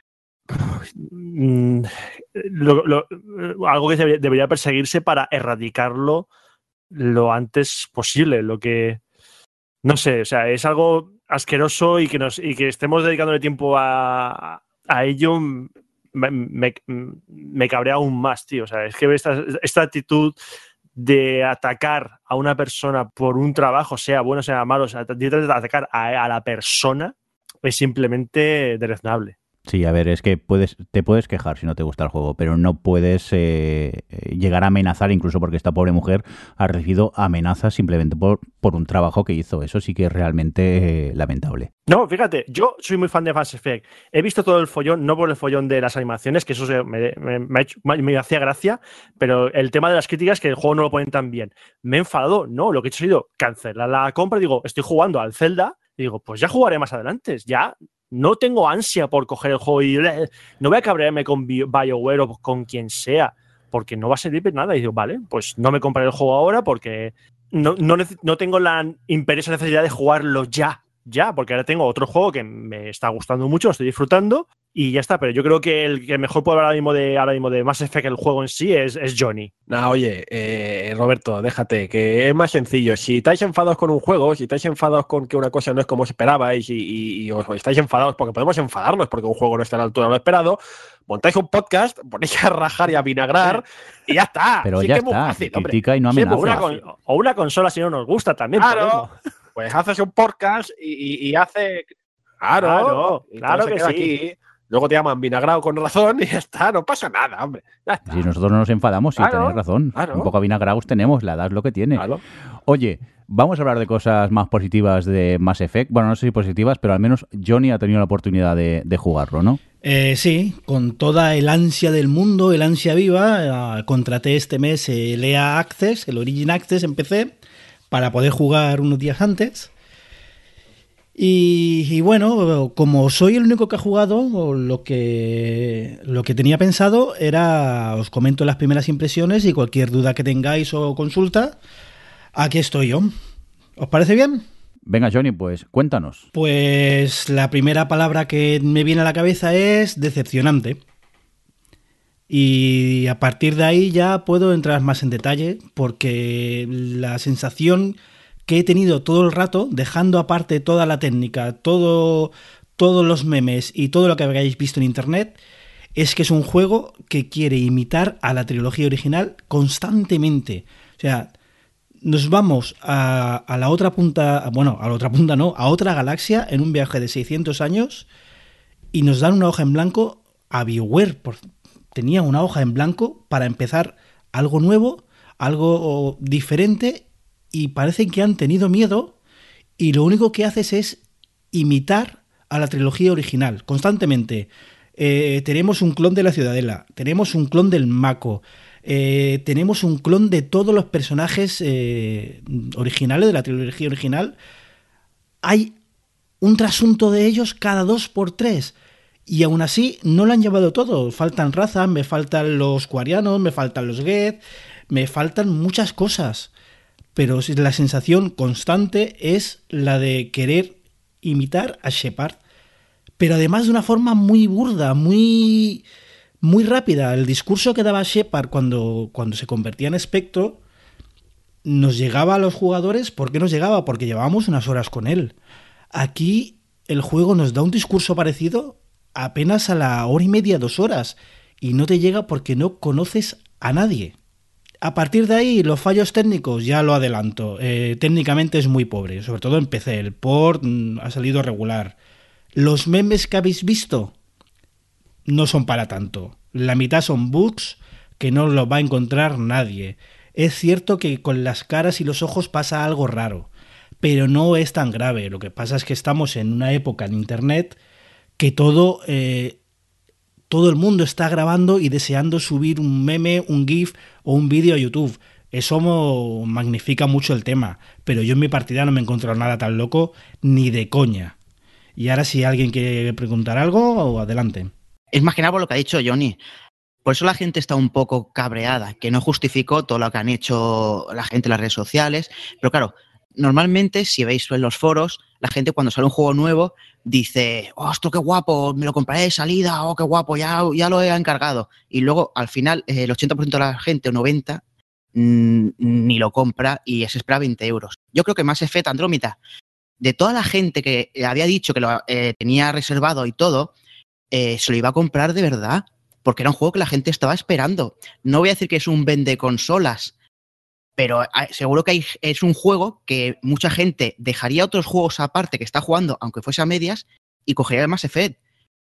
mmm, lo, lo, algo que debería, debería perseguirse para erradicarlo lo antes posible, lo que no sé, o sea, es algo asqueroso y que nos y que estemos dedicándole tiempo a a ello me, me, me cabrea aún más, tío. O sea, es que esta, esta actitud de atacar a una persona por un trabajo, sea bueno, sea malo, o sea, de atacar a, a la persona es simplemente deleznable. Sí, a ver, es que puedes, te puedes quejar si no te gusta el juego, pero no puedes eh, llegar a amenazar, incluso porque esta pobre mujer ha recibido amenazas simplemente por, por un trabajo que hizo. Eso sí que es realmente eh, lamentable. No, fíjate, yo soy muy fan de Mass Effect. He visto todo el follón, no por el follón de las animaciones, que eso se, me, me, me, ha hecho, me hacía gracia, pero el tema de las críticas, que el juego no lo ponen tan bien. Me he enfadado, no, lo que he hecho ha sido cancelar la compra. Digo, estoy jugando al Zelda, y digo, pues ya jugaré más adelante, ya. No tengo ansia por coger el juego y no voy a cabrearme con BioWare o con quien sea, porque no va a servir para nada. Y digo, vale, pues no me compraré el juego ahora porque no, no, no tengo la imperiosa necesidad de jugarlo ya, ya, porque ahora tengo otro juego que me está gustando mucho, lo estoy disfrutando y ya está. Pero yo creo que el que mejor puede hablar ahora mismo de, ahora mismo de Mass Effect, el juego en sí, es, es Johnny. No, oye, eh, Roberto, déjate, que es más sencillo. Si estáis enfadados con un juego, si estáis enfadados con que una cosa no es como esperabais y, y, y os estáis enfadados, porque podemos enfadarnos porque un juego no está a la altura de lo esperado, montáis un podcast, ponéis a rajar y a vinagrar y ya está. Pero sí ya que está, es muy fácil, critica y no Sí, amenaza. una con, o una consola si no nos gusta también. Claro, podemos. pues haces un podcast y, y, y hace... Claro, claro, y claro que sí. Aquí. Luego te llaman vinagrado con razón y ya está, no pasa nada, hombre. Ya está. Si nosotros no nos enfadamos, sí, Claro, tenéis razón. claro. Un poco avinagrados tenemos, la edad es lo que tiene. Claro. Oye, vamos a hablar de cosas más positivas de Mass Effect. Bueno, no sé si positivas, pero al menos Johnny ha tenido la oportunidad de, de jugarlo, ¿no? Eh, sí, con toda el ansia del mundo, el ansia viva, eh, contraté este mes el E A Access, el Origin Access en P C, para poder jugar unos días antes. Y, y bueno, como soy el único que ha jugado, lo que, lo que tenía pensado era, os comento las primeras impresiones y cualquier duda que tengáis o consulta, aquí estoy yo. ¿Os parece bien? Venga, Johnny, pues cuéntanos. Pues la primera palabra que me viene a la cabeza es decepcionante. Y a partir de ahí ya puedo entrar más en detalle, porque la sensación que he tenido todo el rato, dejando aparte toda la técnica, todo, todos los memes y todo lo que habéis visto en internet, es que es un juego que quiere imitar a la trilogía original constantemente. O sea, nos vamos a, a la otra punta, bueno, a la otra punta no, a otra galaxia en un viaje de seiscientos años y nos dan una hoja en blanco a BioWare. Por, tenía una hoja en blanco para empezar algo nuevo, algo diferente, y parece que han tenido miedo y lo único que haces es imitar a la trilogía original constantemente. Eh, tenemos un clon de la Ciudadela, tenemos un clon del Mako, eh, tenemos un clon de todos los personajes eh, originales de la trilogía original. Hay un trasunto de ellos cada dos por tres y aún así no lo han llevado todo. Faltan razas, me faltan los quarianos, me faltan los Geth, me faltan muchas cosas. Pero la sensación constante es la de querer imitar a Shepard, pero además de una forma muy burda, muy, muy rápida. El discurso que daba Shepard cuando, cuando se convertía en espectro nos llegaba a los jugadores. ¿Por qué nos llegaba? Porque llevábamos unas horas con él. Aquí el juego nos da un discurso parecido apenas a la hora y media, dos horas, y no te llega porque no conoces a nadie. A partir de ahí, los fallos técnicos, ya lo adelanto. Eh, técnicamente es muy pobre, sobre todo en P C. El port mm, ha salido regular. Los memes que habéis visto no son para tanto. La mitad son bugs que no los va a encontrar nadie. Es cierto que con las caras y los ojos pasa algo raro, pero no es tan grave. Lo que pasa es que estamos en una época en Internet que todo... Eh, Todo el mundo está grabando y deseando subir un meme, un GIF o un vídeo a YouTube. Eso magnifica mucho el tema. Pero yo en mi partida no me he encontrado nada tan loco ni de coña. Y ahora si alguien quiere preguntar algo, adelante. Es más que nada por lo que ha dicho Johnny. Por eso la gente está un poco cabreada, que no justificó todo lo que han hecho la gente en las redes sociales. Pero claro, normalmente si veis en los foros, la gente cuando sale un juego nuevo dice, oh, esto qué guapo, me lo compraré de salida, oh, qué guapo, ya, ya lo he encargado. Y luego, al final, el ochenta por ciento de la gente, o noventa por ciento, mmm, ni lo compra y se espera veinte euros. Yo creo que Mass Effect Andrómeda, de toda la gente que había dicho que lo eh, tenía reservado y todo, eh, se lo iba a comprar de verdad, porque era un juego que la gente estaba esperando. No voy a decir que es un vende consolas, pero seguro que hay, es un juego que mucha gente dejaría otros juegos aparte que está jugando, aunque fuese a medias, y cogería el Mass Effect.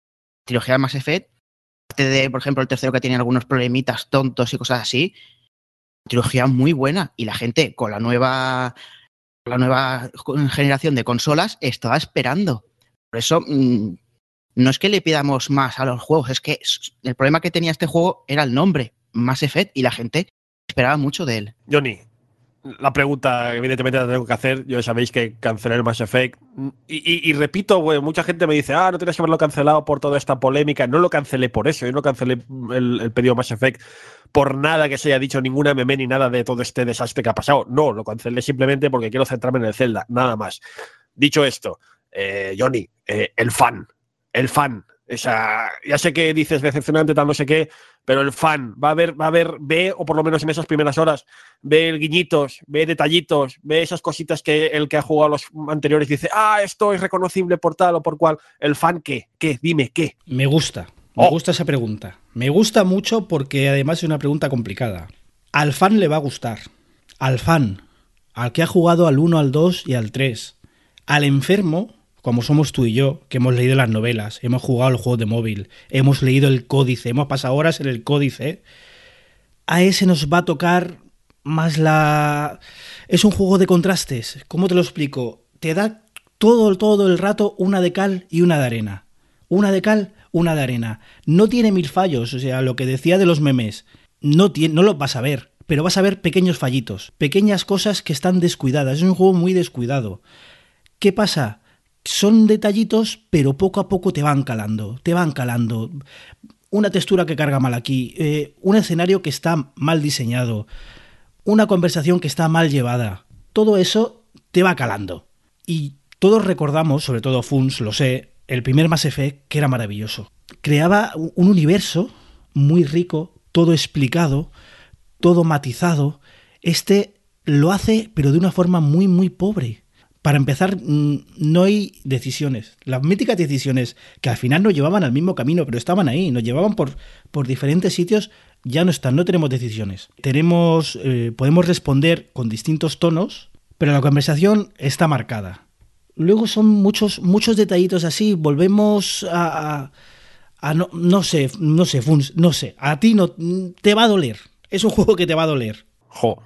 trilogía de Mass Effect, aparte de, por ejemplo, el tercero que tiene algunos problemitas tontos y cosas así, trilogía muy buena. Y la gente con la nueva, la nueva generación de consolas estaba esperando. Por eso, mmm, no es que le pidamos más a los juegos, es que el problema que tenía este juego era el nombre, Mass Effect, y la gente esperaba mucho de él. Johnny, la pregunta evidentemente la tengo que hacer. Yo sabéis que cancelé el Mass Effect. Y, y, y repito, güey, mucha gente me dice, ah, no tienes que haberlo cancelado por toda esta polémica. No lo cancelé por eso. Yo no cancelé el, el pedido Mass Effect por nada que se haya dicho, ninguna M M ni nada de todo este desastre que ha pasado. No, lo cancelé simplemente porque quiero centrarme en el Zelda, nada más. Dicho esto, eh, Johnny, eh, el fan, el fan. O sea, ya sé que dices decepcionante, tal, no sé qué, pero el fan va a ver, va a ver, ve, o por lo menos en esas primeras horas, ve el guiñitos, ve detallitos, ve esas cositas que el que ha jugado a los anteriores dice, ah, esto es reconocible por tal o por cual. ¿El fan qué? ¿Qué? Dime, ¿qué? Me gusta, me Oh. gusta esa pregunta. Me gusta mucho porque además es una pregunta complicada. Al fan le va a gustar. Al fan, al que ha jugado al uno, al dos y al tres. Al enfermo, como somos tú y yo, que hemos leído las novelas, hemos jugado el juego de móvil, hemos leído el códice, hemos pasado horas en el códice, a ese nos va a tocar más la... Es un juego de contrastes. ¿Cómo te lo explico? Te da todo, todo el rato una de cal y una de arena. Una de cal, una de arena. No tiene mil fallos, o sea, lo que decía de los memes, no, tiene, no los vas a ver, pero vas a ver pequeños fallitos, pequeñas cosas que están descuidadas. Es un juego muy descuidado. ¿Qué pasa? Son detallitos, pero poco a poco te van calando, te van calando. Una textura que carga mal aquí, eh, un escenario que está mal diseñado, una conversación que está mal llevada. Todo eso te va calando. Y todos recordamos, sobre todo Funs, lo sé, el primer Mass Effect, que era maravilloso. Creaba un universo muy rico, todo explicado, todo matizado. Este lo hace, pero de una forma muy, muy pobre. Para empezar, no hay decisiones. Las míticas decisiones que al final nos llevaban al mismo camino, pero estaban ahí, nos llevaban por, por diferentes sitios, ya no están, no tenemos decisiones. Tenemos, eh, podemos responder con distintos tonos, pero la conversación está marcada. Luego son muchos, muchos detallitos así, volvemos a... a, a no, no sé, no sé, Funs, no sé, a ti no te va a doler. Es un juego que te va a doler. Jo.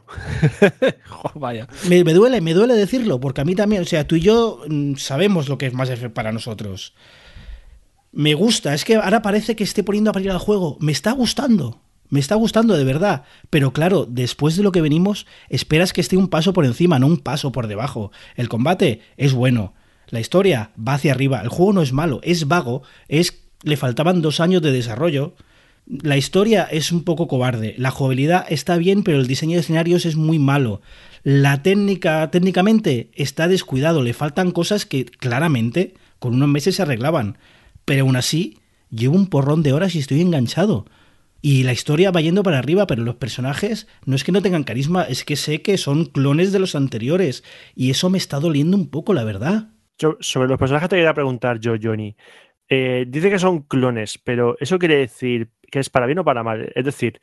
Jo, vaya. Me, me duele, me duele decirlo, porque a mí también, o sea, tú y yo mmm, sabemos lo que es Mass Effect para nosotros. Me gusta, es que ahora parece que esté poniendo a parir al juego. Me está gustando, me está gustando de verdad. Pero claro, después de lo que venimos, esperas que esté un paso por encima, no un paso por debajo. El combate es bueno, la historia va hacia arriba, el juego no es malo, es vago, es le faltaban dos años de desarrollo. La historia es un poco cobarde, la jugabilidad está bien, pero el diseño de escenarios es muy malo. La técnica, técnicamente, está descuidado, le faltan cosas que claramente con unos meses se arreglaban. Pero aún así, llevo un porrón de horas y estoy enganchado. Y la historia va yendo para arriba, pero los personajes no es que no tengan carisma, es que sé que son clones de los anteriores. Y eso me está doliendo un poco, la verdad. Yo, sobre los personajes te quería preguntar yo, Johnny. Eh, dice que son clones, pero ¿eso quiere decir que es para bien o para mal? Es decir,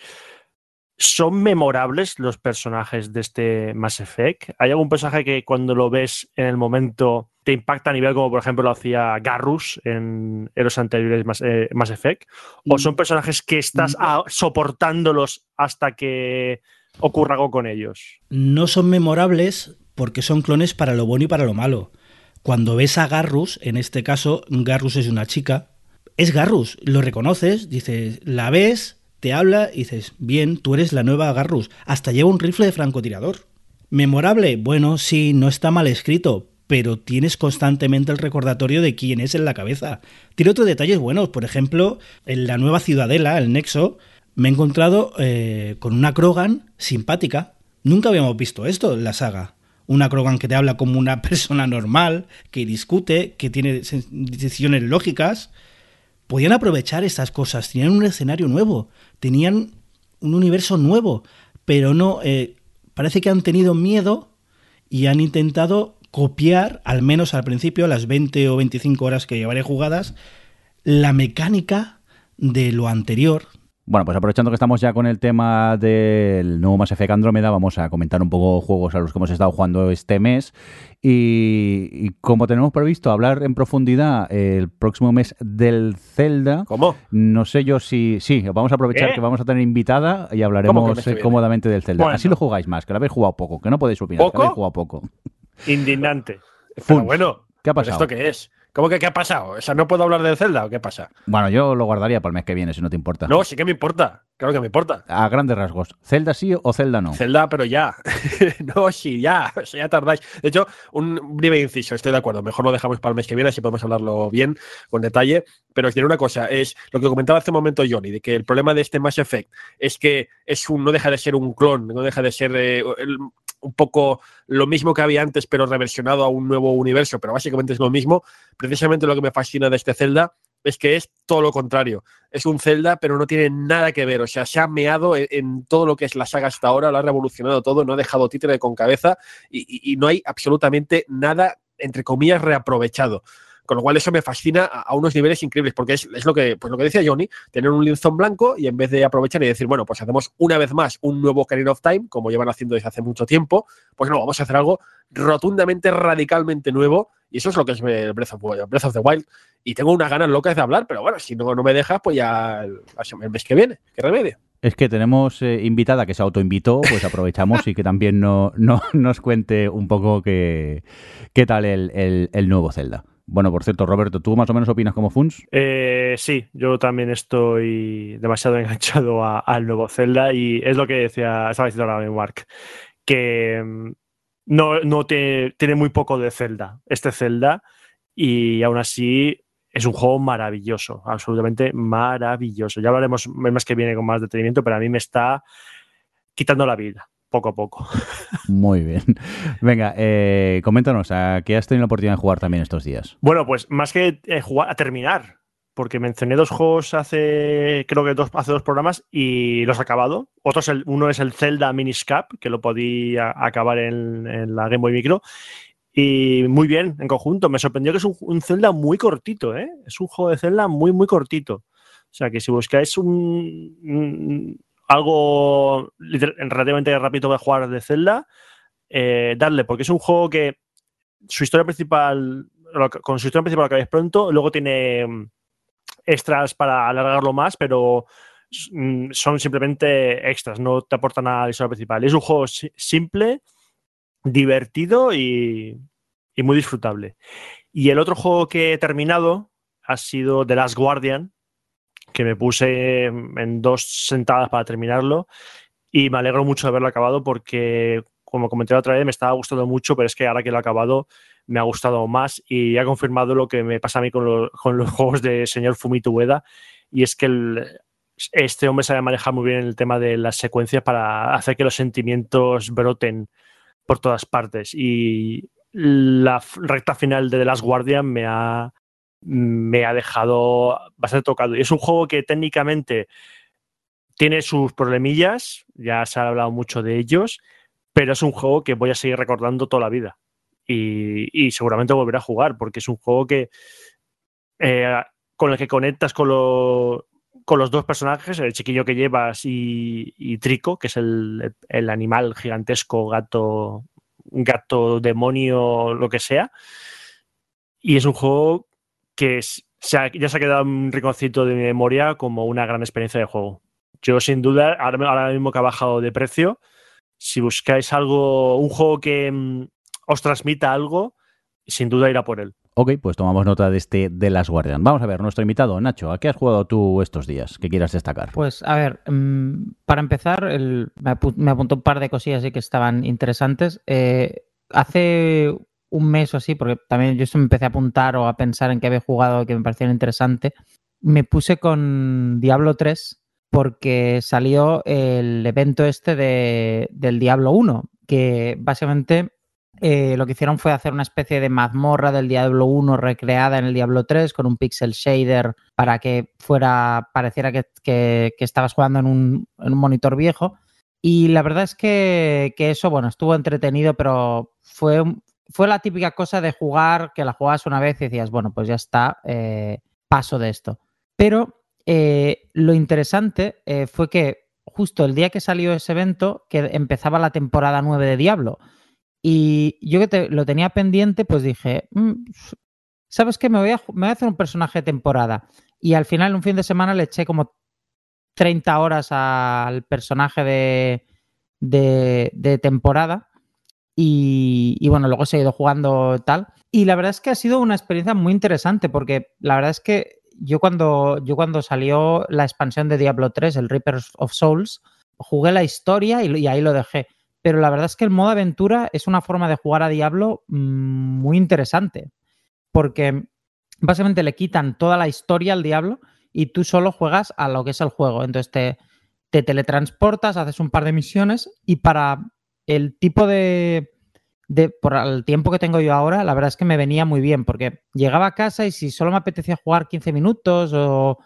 ¿son memorables los personajes de este Mass Effect? ¿Hay algún personaje que cuando lo ves en el momento te impacta a nivel como por ejemplo lo hacía Garrus en, en los anteriores Mass, eh, Mass Effect? ¿O son personajes que estás a, soportándolos hasta que ocurra algo con ellos? No son memorables porque son clones para lo bueno y para lo malo. Cuando ves a Garrus, en este caso Garrus es una chica, es Garrus, lo reconoces, dices, la ves, te habla y dices, bien, tú eres la nueva Garrus, hasta lleva un rifle de francotirador. ¿Memorable? Bueno, sí, no está mal escrito, pero tienes constantemente el recordatorio de quién es en la cabeza. Tiene otros detalles buenos, por ejemplo, en la nueva ciudadela, el Nexo, me he encontrado eh, con una Krogan simpática. Nunca habíamos visto esto en la saga. Una Krogan que te habla como una persona normal, que discute, que tiene decisiones lógicas. Podían aprovechar estas cosas, tenían un escenario nuevo, tenían un universo nuevo, pero no, eh, parece que han tenido miedo y han intentado copiar, al menos al principio, las veinte o veinticinco horas que llevaré jugadas, la mecánica de lo anterior. Bueno, pues aprovechando que estamos ya con el tema del nuevo Mass Effect Andrómeda, vamos a comentar un poco juegos a los que hemos estado jugando este mes. Y, y como tenemos previsto hablar en profundidad el próximo mes del Zelda, ¿Cómo? no sé yo si... Sí, vamos a aprovechar ¿Qué? que vamos a tener invitada y ¿Cómo que hablaremos el mes que eh, viene? cómodamente del Zelda. Bueno. Así lo jugáis más, que lo habéis jugado poco, que no podéis opinar, ¿Poco? que habéis jugado poco. Indignante. Pero Funs, bueno, ¿qué ha ¿pero pasado? ¿esto qué es? ¿Cómo que qué ha pasado? O sea, ¿no puedo hablar del Zelda o qué pasa? Bueno, yo lo guardaría para el mes que viene, si no te importa. No, sí que me importa. Claro que me importa. A grandes rasgos, ¿Zelda sí o Zelda no? Zelda, pero ya. No, sí, ya. O sea, ya tardáis. De hecho, un breve inciso, estoy de acuerdo. Mejor lo dejamos para el mes que viene, así podemos hablarlo bien, con detalle. Pero os diré una cosa, es lo que comentaba hace un momento Johnny, de que el problema de este Mass Effect es que es un, no deja de ser un clon, no deja de ser eh, el, un poco lo mismo que había antes, pero reversionado a un nuevo universo, pero básicamente es lo mismo. Precisamente lo que me fascina de este Zelda es que es todo lo contrario. Es un Zelda, pero no tiene nada que ver. O sea, se ha meado en, en todo lo que es la saga hasta ahora, lo ha revolucionado todo, no ha dejado títere con cabeza y, y, y no hay absolutamente nada, entre comillas, reaprovechado. Con lo cual eso me fascina a, a unos niveles increíbles, porque es, es lo que pues lo que decía Johnny, tener un lienzón blanco y en vez de aprovechar y decir, bueno, pues hacemos una vez más un nuevo Ocarina of Time, como llevan haciendo desde hace mucho tiempo, pues no, vamos a hacer algo rotundamente, radicalmente nuevo, y eso es lo que es Breath of, Breath of the Wild. Y tengo unas ganas locas de hablar, pero bueno, si no, no me dejas, pues ya el, el mes que viene, qué remedio. Es que tenemos eh, invitada que se autoinvitó, pues aprovechamos y que también no, no, nos cuente un poco qué, qué tal el, el, el nuevo Zelda. Bueno, por cierto, Roberto, ¿tú más o menos opinas como Funs? Eh, sí, yo también estoy demasiado enganchado a- al nuevo Zelda y es lo que decía, estaba diciendo ahora mismo Mark, que mm, no, no te- tiene muy poco de Zelda, este Zelda, y aún así es un juego maravilloso, absolutamente maravilloso. Ya hablaremos el mes que viene con más detenimiento, pero a mí me está quitando la vida, poco a poco. Muy bien. Venga, eh, coméntanos, ¿a qué has tenido la oportunidad de jugar también estos días? Bueno, pues más que eh, jugar, a terminar, porque mencioné dos juegos hace, creo que dos, hace dos programas y los he acabado. Otro es el, uno es el Zelda Minish Cap, que lo podía acabar en, en la Game Boy Micro. Y muy bien, en conjunto. Me sorprendió que es un, un Zelda muy cortito, ¿eh? Es un juego de Zelda muy, muy cortito. O sea, que si buscáis un, un algo relativamente rápido de jugar de Zelda, eh, dadle, porque es un juego que su historia principal, con su historia principal lo acabáis pronto, luego tiene extras para alargarlo más, pero son simplemente extras, no te aportan nada a la historia principal. Es un juego simple, divertido y, y muy disfrutable. Y el otro juego que he terminado ha sido The Last Guardian, que me puse en dos sentadas para terminarlo y me alegro mucho de haberlo acabado porque, como comenté la otra vez, me estaba gustando mucho, pero es que ahora que lo he acabado me ha gustado más y ha confirmado lo que me pasa a mí con, lo, con los juegos de señor Fumito Ueda, y es que el, este hombre sabe manejar muy bien el tema de las secuencias para hacer que los sentimientos broten por todas partes, y la recta final de The Last Guardian me ha, me ha dejado bastante tocado. Y es un juego que técnicamente tiene sus problemillas, ya se ha hablado mucho de ellos, pero es un juego que voy a seguir recordando toda la vida. Y, y seguramente volveré a jugar, porque es un juego que eh, con el que conectas con, lo, con los dos personajes, el chiquillo que llevas y, y Trico, que es el, el animal gigantesco, gato, gato, demonio, lo que sea. Y es un juego que es, se ha, ya se ha quedado un rinconcito de mi memoria como una gran experiencia de juego. Yo, sin duda, ahora, ahora mismo que ha bajado de precio, si buscáis algo, un juego que mm, os transmita algo, sin duda irá por él. Ok, pues tomamos nota de este The Last Guardian. Vamos a ver, nuestro invitado, Nacho, ¿a qué has jugado tú estos días que quieras destacar? Pues, a ver, mmm, para empezar, el, me, apu me apuntó un par de cosillas así que estaban interesantes. Eh, hace un mes o así, porque también yo me empecé a apuntar o a pensar en qué había jugado que me parecía interesante, me puse con Diablo tres porque salió el evento este de, del Diablo uno, que básicamente... Eh, lo que hicieron fue hacer una especie de mazmorra del Diablo uno recreada en el Diablo tres con un pixel shader para que fuera pareciera que, que, que estabas jugando en un, en un monitor viejo. Y la verdad es que, que eso, bueno, estuvo entretenido, pero fue, fue la típica cosa de jugar que la jugabas una vez y decías, bueno, pues ya está, eh, paso de esto. Pero eh, lo interesante eh, fue que justo el día que salió ese evento, que empezaba la temporada nueve de Diablo, y yo que te, lo tenía pendiente, pues dije, mmm, ¿sabes qué? Me voy, a, me voy a hacer un personaje de temporada. Y al final, un fin de semana, le eché como treinta horas al personaje de, de, de temporada. Y, y bueno, luego he seguido jugando tal. Y la verdad es que ha sido una experiencia muy interesante, porque la verdad es que yo cuando, yo cuando salió la expansión de Diablo tres, el Reaper of Souls, jugué la historia y, y ahí lo dejé. Pero la verdad es que el modo aventura es una forma de jugar a Diablo mmm, muy interesante, porque básicamente le quitan toda la historia al Diablo y tú solo juegas a lo que es el juego. Entonces te, te teletransportas, haces un par de misiones y para el tipo de, de... por el tiempo que tengo yo ahora, la verdad es que me venía muy bien, porque llegaba a casa y si solo me apetecía jugar quince minutos o,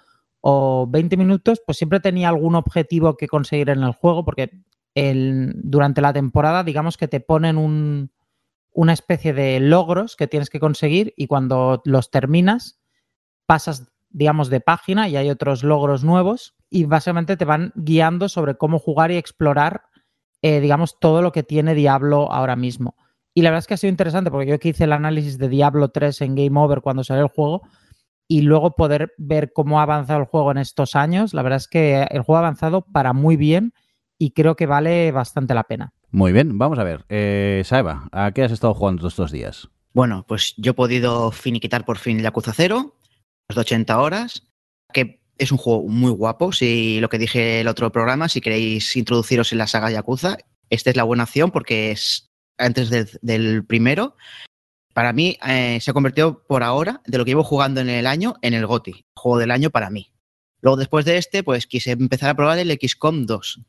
o veinte minutos, pues siempre tenía algún objetivo que conseguir en el juego, porque el, durante la temporada, digamos que te ponen un, una especie de logros que tienes que conseguir y cuando los terminas, pasas, digamos, de página y hay otros logros nuevos y básicamente te van guiando sobre cómo jugar y explorar, eh, digamos, todo lo que tiene Diablo ahora mismo. Y la verdad es que ha sido interesante porque yo que hice el análisis de Diablo tres en Game Over cuando salió el juego y luego poder ver cómo ha avanzado el juego en estos años, la verdad es que el juego ha avanzado para muy bien y creo que vale bastante la pena. Muy bien, vamos a ver. Eh, Saeva, ¿a qué has estado jugando todos estos días? Bueno, pues yo he podido finiquitar por fin Yakuza cero, las de ochenta horas, que es un juego muy guapo. Si lo que dije el otro programa, si queréis introduciros en la saga Yakuza, esta es la buena opción porque es antes del, del primero. Para mí eh, se ha convertido por ahora, de lo que llevo jugando en el año, en el GOTY, juego del año para mí. Luego después de este, pues quise empezar a probar el equis com dos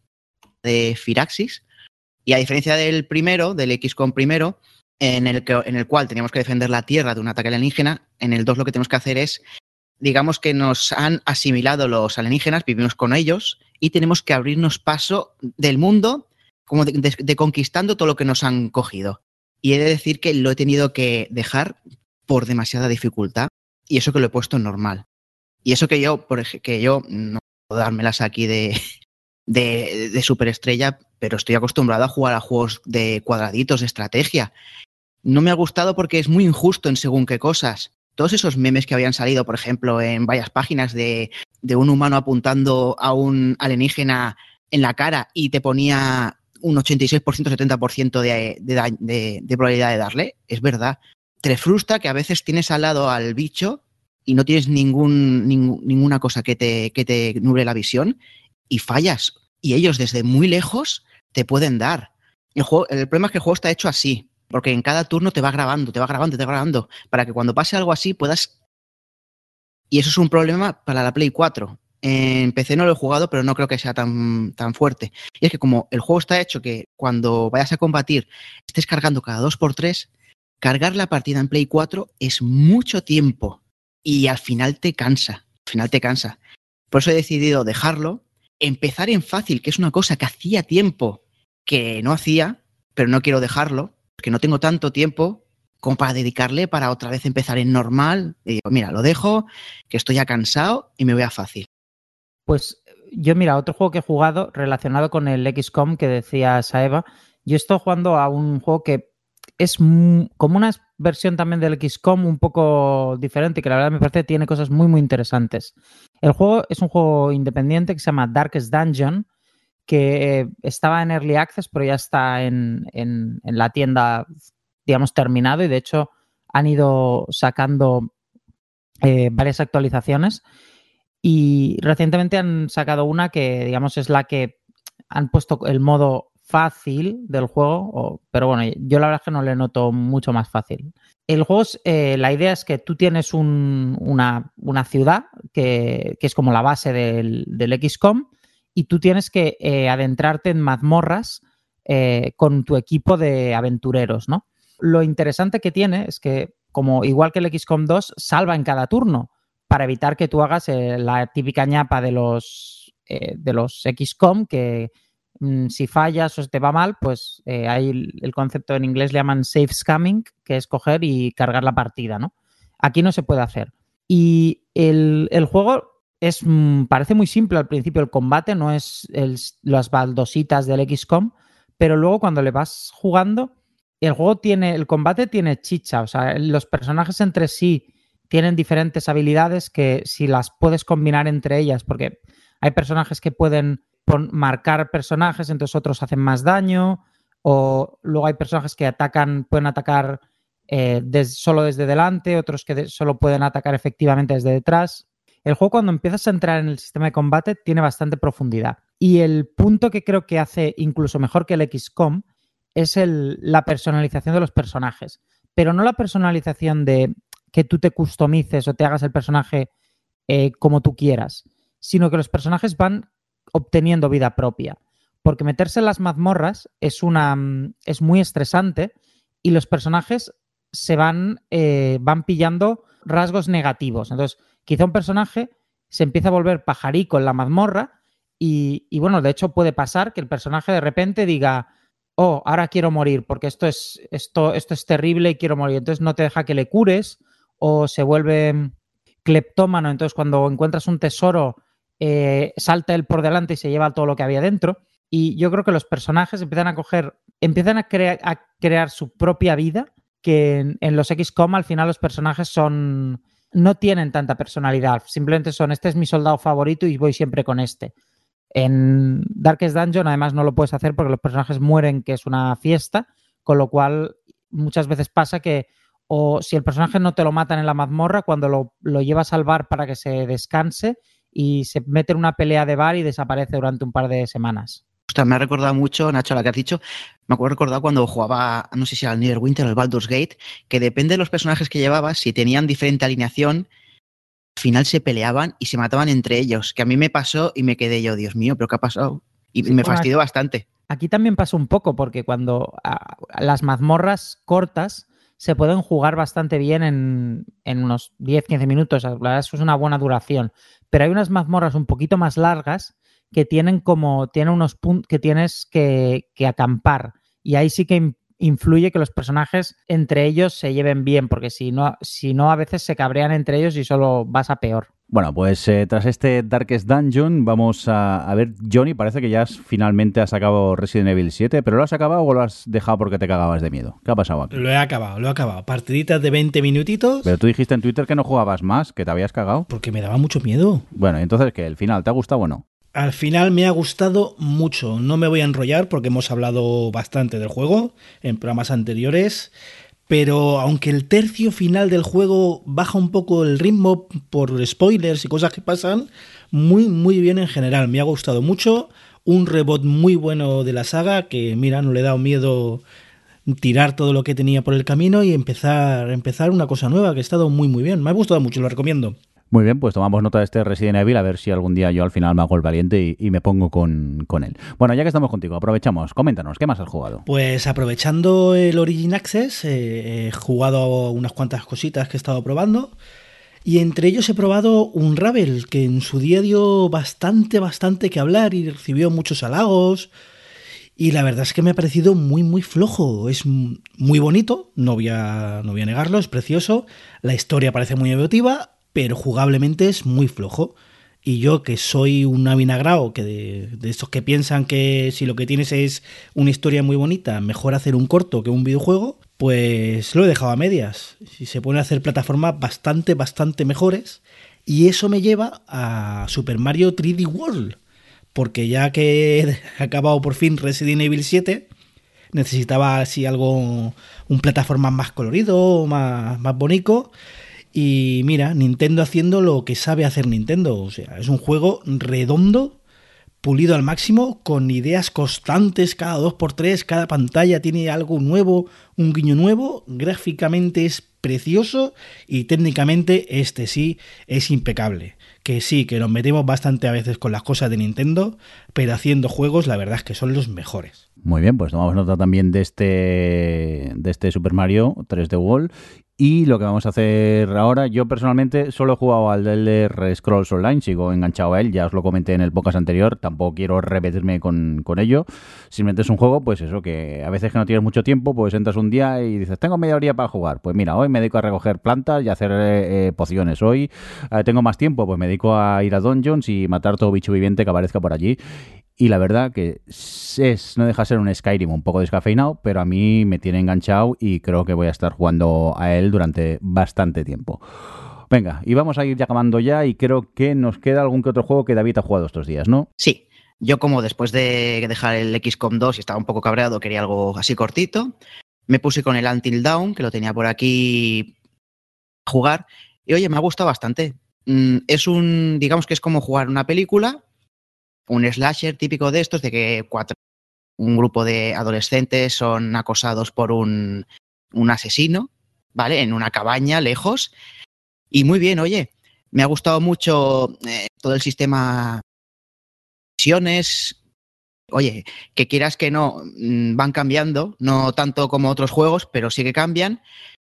de Firaxis. Y a diferencia del primero, del equis com primero, en el, que, en el cual teníamos que defender la Tierra de un ataque alienígena, en el dos lo que tenemos que hacer es, digamos que nos han asimilado los alienígenas, vivimos con ellos y tenemos que abrirnos paso del mundo, como de, de, de conquistando todo lo que nos han cogido. Y he de decir que lo he tenido que dejar por demasiada dificultad y eso que lo he puesto en normal. Y eso que yo, por ejemplo, que yo no puedo dármelas aquí de... De, de superestrella, pero estoy acostumbrado a jugar a juegos de cuadraditos, de estrategia. No me ha gustado porque es muy injusto en según qué cosas. Todos esos memes que habían salido, por ejemplo, en varias páginas de, de un humano apuntando a un alienígena en la cara y te ponía un ochenta y seis por ciento, setenta por ciento de, de, de, de probabilidad de darle, es verdad. Te frustra que a veces tienes al lado al bicho y no tienes ningún, ningún, ninguna cosa que te, que te nuble la visión y fallas. Y ellos desde muy lejos te pueden dar. El, juego, el problema es que el juego está hecho así, porque en cada turno te va grabando, te va grabando, te va grabando, para que cuando pase algo así puedas... Y eso es un problema para la Play cuatro. En P C no lo he jugado, pero no creo que sea tan, tan fuerte. Y es que como el juego está hecho que cuando vayas a combatir estés cargando cada dos por tres, cargar la partida en Play cuatro es mucho tiempo y al final te cansa. Al final te cansa. Por eso he decidido dejarlo, empezar en fácil, que es una cosa que hacía tiempo que no hacía, pero no quiero dejarlo, porque no tengo tanto tiempo como para dedicarle para otra vez empezar en normal. Y digo, mira, lo dejo, que estoy ya cansado y me voy a fácil. Pues yo, mira, otro juego que he jugado relacionado con el equis com que decía Saeva, yo estoy jugando a un juego que es como una versión también del equis com un poco diferente, que la verdad me parece que tiene cosas muy, muy interesantes. El juego es un juego independiente que se llama Darkest Dungeon, que estaba en Early Access, pero ya está en, en, en la tienda, digamos, terminado, y de hecho han ido sacando eh, varias actualizaciones y recientemente han sacado una que, digamos, es la que han puesto el modo fácil del juego, o, pero bueno, yo la verdad es que no le noto mucho más fácil. El juego, es, eh, la idea es que tú tienes un, una, una ciudad que, que es como la base del, del equis com y tú tienes que eh, adentrarte en mazmorras eh, con tu equipo de aventureros, ¿no? Lo interesante que tiene es que, como igual que el equis com dos, salva en cada turno para evitar que tú hagas eh, la típica ñapa de los, eh, de los equis com que si fallas o te va mal, pues eh, hay el, el concepto en inglés le llaman safe scamming, que es coger y cargar la partida, ¿no? Aquí no se puede hacer. Y el, el juego es, mm, parece muy simple al principio el combate, no es el, las baldositas del equis com, pero luego cuando le vas jugando, el juego tiene, el combate tiene chicha, o sea, los personajes entre sí tienen diferentes habilidades que si las puedes combinar entre ellas, porque hay personajes que pueden pon, marcar personajes, entonces otros hacen más daño, o luego hay personajes que atacan, pueden atacar eh, des, solo desde delante, otros que de, solo pueden atacar efectivamente desde detrás. El juego, cuando empiezas a entrar en el sistema de combate, tiene bastante profundidad. Y el punto que creo que hace incluso mejor que el equis com es el, la personalización de los personajes. Pero no la personalización de que tú te customices o te hagas el personaje eh, como tú quieras, sino que los personajes van obteniendo vida propia. Porque meterse en las mazmorras es, una, es muy estresante y los personajes se van, eh, van pillando rasgos negativos. Entonces, quizá un personaje se empieza a volver pajarico en la mazmorra y, y, bueno, de hecho puede pasar que el personaje de repente diga, oh, ahora quiero morir porque esto es, esto, esto es terrible y quiero morir. Entonces no te deja que le cures o se vuelve cleptómano. Entonces cuando encuentras un tesoro, eh, salta él por delante y se lleva todo lo que había dentro. Y yo creo que los personajes empiezan a coger, empiezan a, crea, a crear su propia vida, que en, en los equis com al final los personajes son... no tienen tanta personalidad, simplemente son, este es mi soldado favorito y voy siempre con este. En Darkest Dungeon además no lo puedes hacer porque los personajes mueren, que es una fiesta, con lo cual muchas veces pasa que o si el personaje no te lo matan en la mazmorra, cuando lo, lo llevas al bar para que se descanse y se mete en una pelea de bar y desaparece durante un par de semanas. Ostras, me ha recordado mucho, Nacho, la que has dicho. Me acuerdo recordar cuando jugaba, no sé si era el Neverwinter o el Baldur's Gate, que depende de los personajes que llevabas, si tenían diferente alineación, al final se peleaban y se mataban entre ellos. Que a mí me pasó y me quedé yo, Dios mío, ¿pero qué ha pasado? Y sí, me fastidió aquí, bastante. Aquí también pasó un poco, porque cuando a, a las mazmorras cortas se pueden jugar bastante bien en, en unos diez a quince minutos. La verdad, eso es una buena duración. Pero hay unas mazmorras un poquito más largas que tienen como, tienen unos puntos que tienes que, que acampar. Y ahí sí que influye que los personajes entre ellos se lleven bien, porque si no, si no a veces se cabrean entre ellos y solo vas a peor. Bueno, pues eh, tras este Darkest Dungeon vamos a, a ver, Johnny, parece que ya has, finalmente has acabado Resident Evil siete, ¿pero lo has acabado o lo has dejado porque te cagabas de miedo? ¿Qué ha pasado aquí? Lo he acabado, lo he acabado. Partiditas de veinte minutitos. Pero tú dijiste en Twitter que no jugabas más, que te habías cagado. Porque me daba mucho miedo. Bueno, entonces, ¿qué? ¿El final te ha gustado o no? Al final me ha gustado mucho. No me voy a enrollar porque hemos hablado bastante del juego en programas anteriores. Pero aunque el tercio final del juego baja un poco el ritmo por spoilers y cosas que pasan, muy, muy bien en general. Me ha gustado mucho. Un reboot muy bueno de la saga que, mira, no le he dado miedo tirar todo lo que tenía por el camino y empezar, empezar una cosa nueva que ha estado muy, muy bien. Me ha gustado mucho, lo recomiendo. Muy bien, pues tomamos nota de este Resident Evil, a ver si algún día yo al final me hago el valiente y, y me pongo con, con él. Bueno, ya que estamos contigo, aprovechamos, coméntanos, ¿qué más has jugado? Pues aprovechando el Origin Access, eh, he jugado unas cuantas cositas que he estado probando y entre ellos he probado Unravel, que en su día dio bastante, bastante que hablar y recibió muchos halagos. Y la verdad es que me ha parecido muy, muy flojo. Es muy bonito, no voy a, no voy a negarlo, es precioso. La historia parece muy emotiva, pero jugablemente es muy flojo. Y yo, que soy un avinagrao, que de, de estos que piensan que si lo que tienes es una historia muy bonita, mejor hacer un corto que un videojuego, pues lo he dejado a medias. Y se pueden hacer plataformas bastante, bastante mejores. Y eso me lleva a Super Mario tres D World. Porque ya que he acabado por fin Resident Evil siete, necesitaba así algo, un plataforma más colorido, más, más bonito. Y mira, Nintendo haciendo lo que sabe hacer Nintendo. O sea, es un juego redondo, pulido al máximo, con ideas constantes cada dos por tres, cada pantalla tiene algo nuevo, un guiño nuevo, gráficamente es precioso y técnicamente este sí es impecable. Que sí, que nos metemos bastante a veces con las cosas de Nintendo, pero haciendo juegos la verdad es que son los mejores. Muy bien, pues tomamos nota también de este, de este Super Mario tres D World. Y lo que vamos a hacer ahora, yo personalmente solo he jugado al Elder Scrolls Online, sigo enganchado a él, ya os lo comenté en el podcast anterior, tampoco quiero repetirme con, con ello. Simplemente es un juego, pues eso, que a veces que no tienes mucho tiempo, pues entras un día y dices, tengo media hora para jugar. Pues mira, hoy me dedico a recoger plantas y a hacer eh, pociones. Hoy eh, tengo más tiempo, pues me dedico a ir a dungeons y matar todo bicho viviente que aparezca por allí. Y la verdad que es, no deja de ser un Skyrim un poco descafeinado, pero a mí me tiene enganchado y creo que voy a estar jugando a él durante bastante tiempo. Venga, y vamos a ir ya acabando ya y creo que nos queda algún que otro juego que David ha jugado estos días, ¿no? Sí, yo como después de dejar el equis com dos y estaba un poco cabreado, quería algo así cortito, me puse con el Until Dawn, que lo tenía por aquí a jugar, y oye, me ha gustado bastante. Es un, digamos que es como jugar una película, un slasher típico de estos, de que cuatro, un grupo de adolescentes son acosados por un, un asesino, ¿vale? En una cabaña lejos. Y muy bien, oye, me ha gustado mucho eh, todo el sistema de misiones. Oye, que quieras que no, van cambiando, no tanto como otros juegos, pero sí que cambian.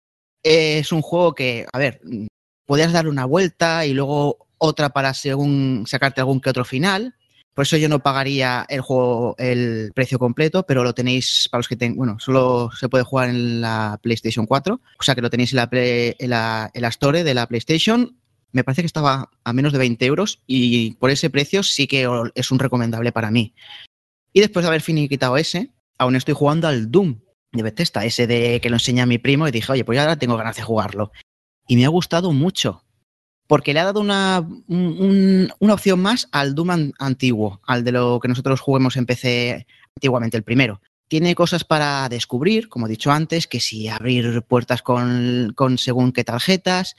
Es un juego que, a ver, podías darle una vuelta y luego otra para según sacarte algún que otro final. Por eso yo no pagaría el juego, el precio completo, pero lo tenéis para los que tengan. Bueno, solo se puede jugar en la PlayStation cuatro, o sea que lo tenéis en la, Play, en la, en la Store de la PlayStation. Me parece que estaba a menos de veinte euros y por ese precio sí que es un recomendable para mí. Y después de haber finiquitado ese, aún estoy jugando al Doom de Bethesda, ese de que lo enseña a mi primo y dije, oye, pues ahora tengo ganas de jugarlo. Y me ha gustado mucho. Porque le ha dado una, un, una opción más al Doom an, antiguo, al de lo que nosotros juguemos en P C antiguamente, el primero. Tiene cosas para descubrir, como he dicho antes, que si abrir puertas con, con según qué tarjetas.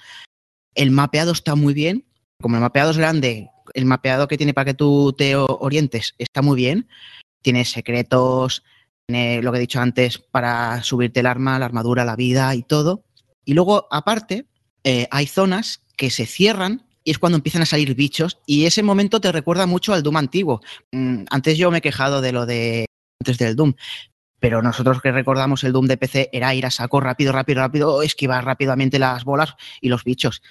El mapeado está muy bien. Como el mapeado es grande, el mapeado que tiene para que tú te orientes está muy bien. Tiene secretos, tiene lo que he dicho antes para subirte el arma, la armadura, la vida y todo. Y luego, aparte, eh, hay zonas que se cierran y es cuando empiezan a salir bichos y ese momento te recuerda mucho al Doom antiguo. Mm, antes yo me he quejado de lo de antes del Doom, pero nosotros que recordamos el Doom de P C era ir a saco rápido, rápido, rápido, esquivar rápidamente las bolas y los bichos.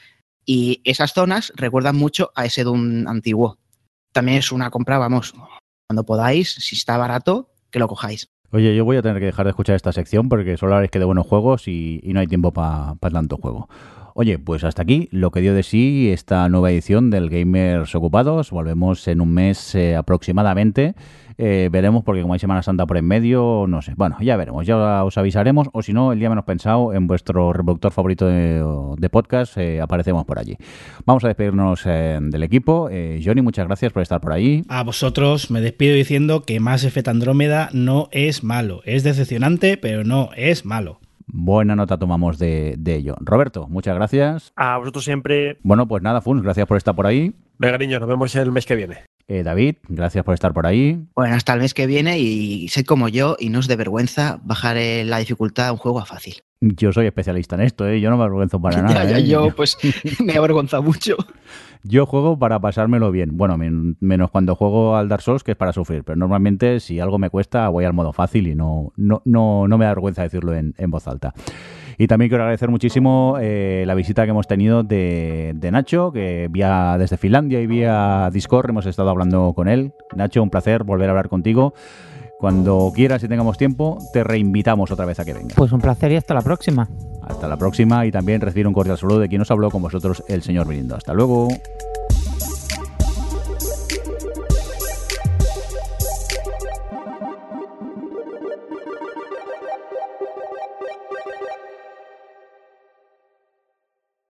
Y esas zonas recuerdan mucho a ese Doom antiguo. También es una compra, vamos, cuando podáis, si está barato, que lo cojáis. Oye, yo voy a tener que dejar de escuchar esta sección porque solo habréis que de buenos juegos y, y no hay tiempo para pa tanto juego. Oye, pues hasta aquí lo que dio de sí esta nueva edición del Gamers Ocupados. Volvemos en un mes eh, aproximadamente. Eh, veremos porque como hay Semana Santa por en medio, no sé. Bueno, ya veremos, ya os avisaremos. O si no, el día menos pensado, en vuestro reproductor favorito de, de podcast, eh, aparecemos por allí. Vamos a despedirnos eh, del equipo. Eh, Johnny, muchas gracias por estar por ahí. A vosotros me despido diciendo que Mass Effect Andrómeda no es malo. Es decepcionante, pero no es malo. Buena nota tomamos de, de ello. Roberto, muchas gracias. A vosotros siempre. Bueno, pues nada, Funs, gracias por estar por ahí. Venga, niños, nos vemos el mes que viene. Eh, David, gracias por estar por ahí. Bueno, hasta el mes que viene y sed como yo y no os dé vergüenza bajar la dificultad a un juego a fácil. Yo soy especialista en esto, ¿eh? Yo no me avergüenzo para nada. ya, ya, ¿eh? yo pues me avergüenza mucho. Yo juego para pasármelo bien. Bueno, men- menos cuando juego al Dark Souls, que es para sufrir. Pero normalmente, si algo me cuesta, voy al modo fácil y no, no, no, no me da vergüenza decirlo en, en voz alta. Y también quiero agradecer muchísimo eh, la visita que hemos tenido de, de Nacho, que vía desde Finlandia y vía Discord hemos estado hablando con él. Nacho, un placer volver a hablar contigo. Cuando quieras y tengamos tiempo, te reinvitamos otra vez a que vengas. Pues un placer y hasta la próxima. Hasta la próxima y también recibir un cordial saludo de quien nos habló con vosotros, el señor Mirindo. Hasta luego.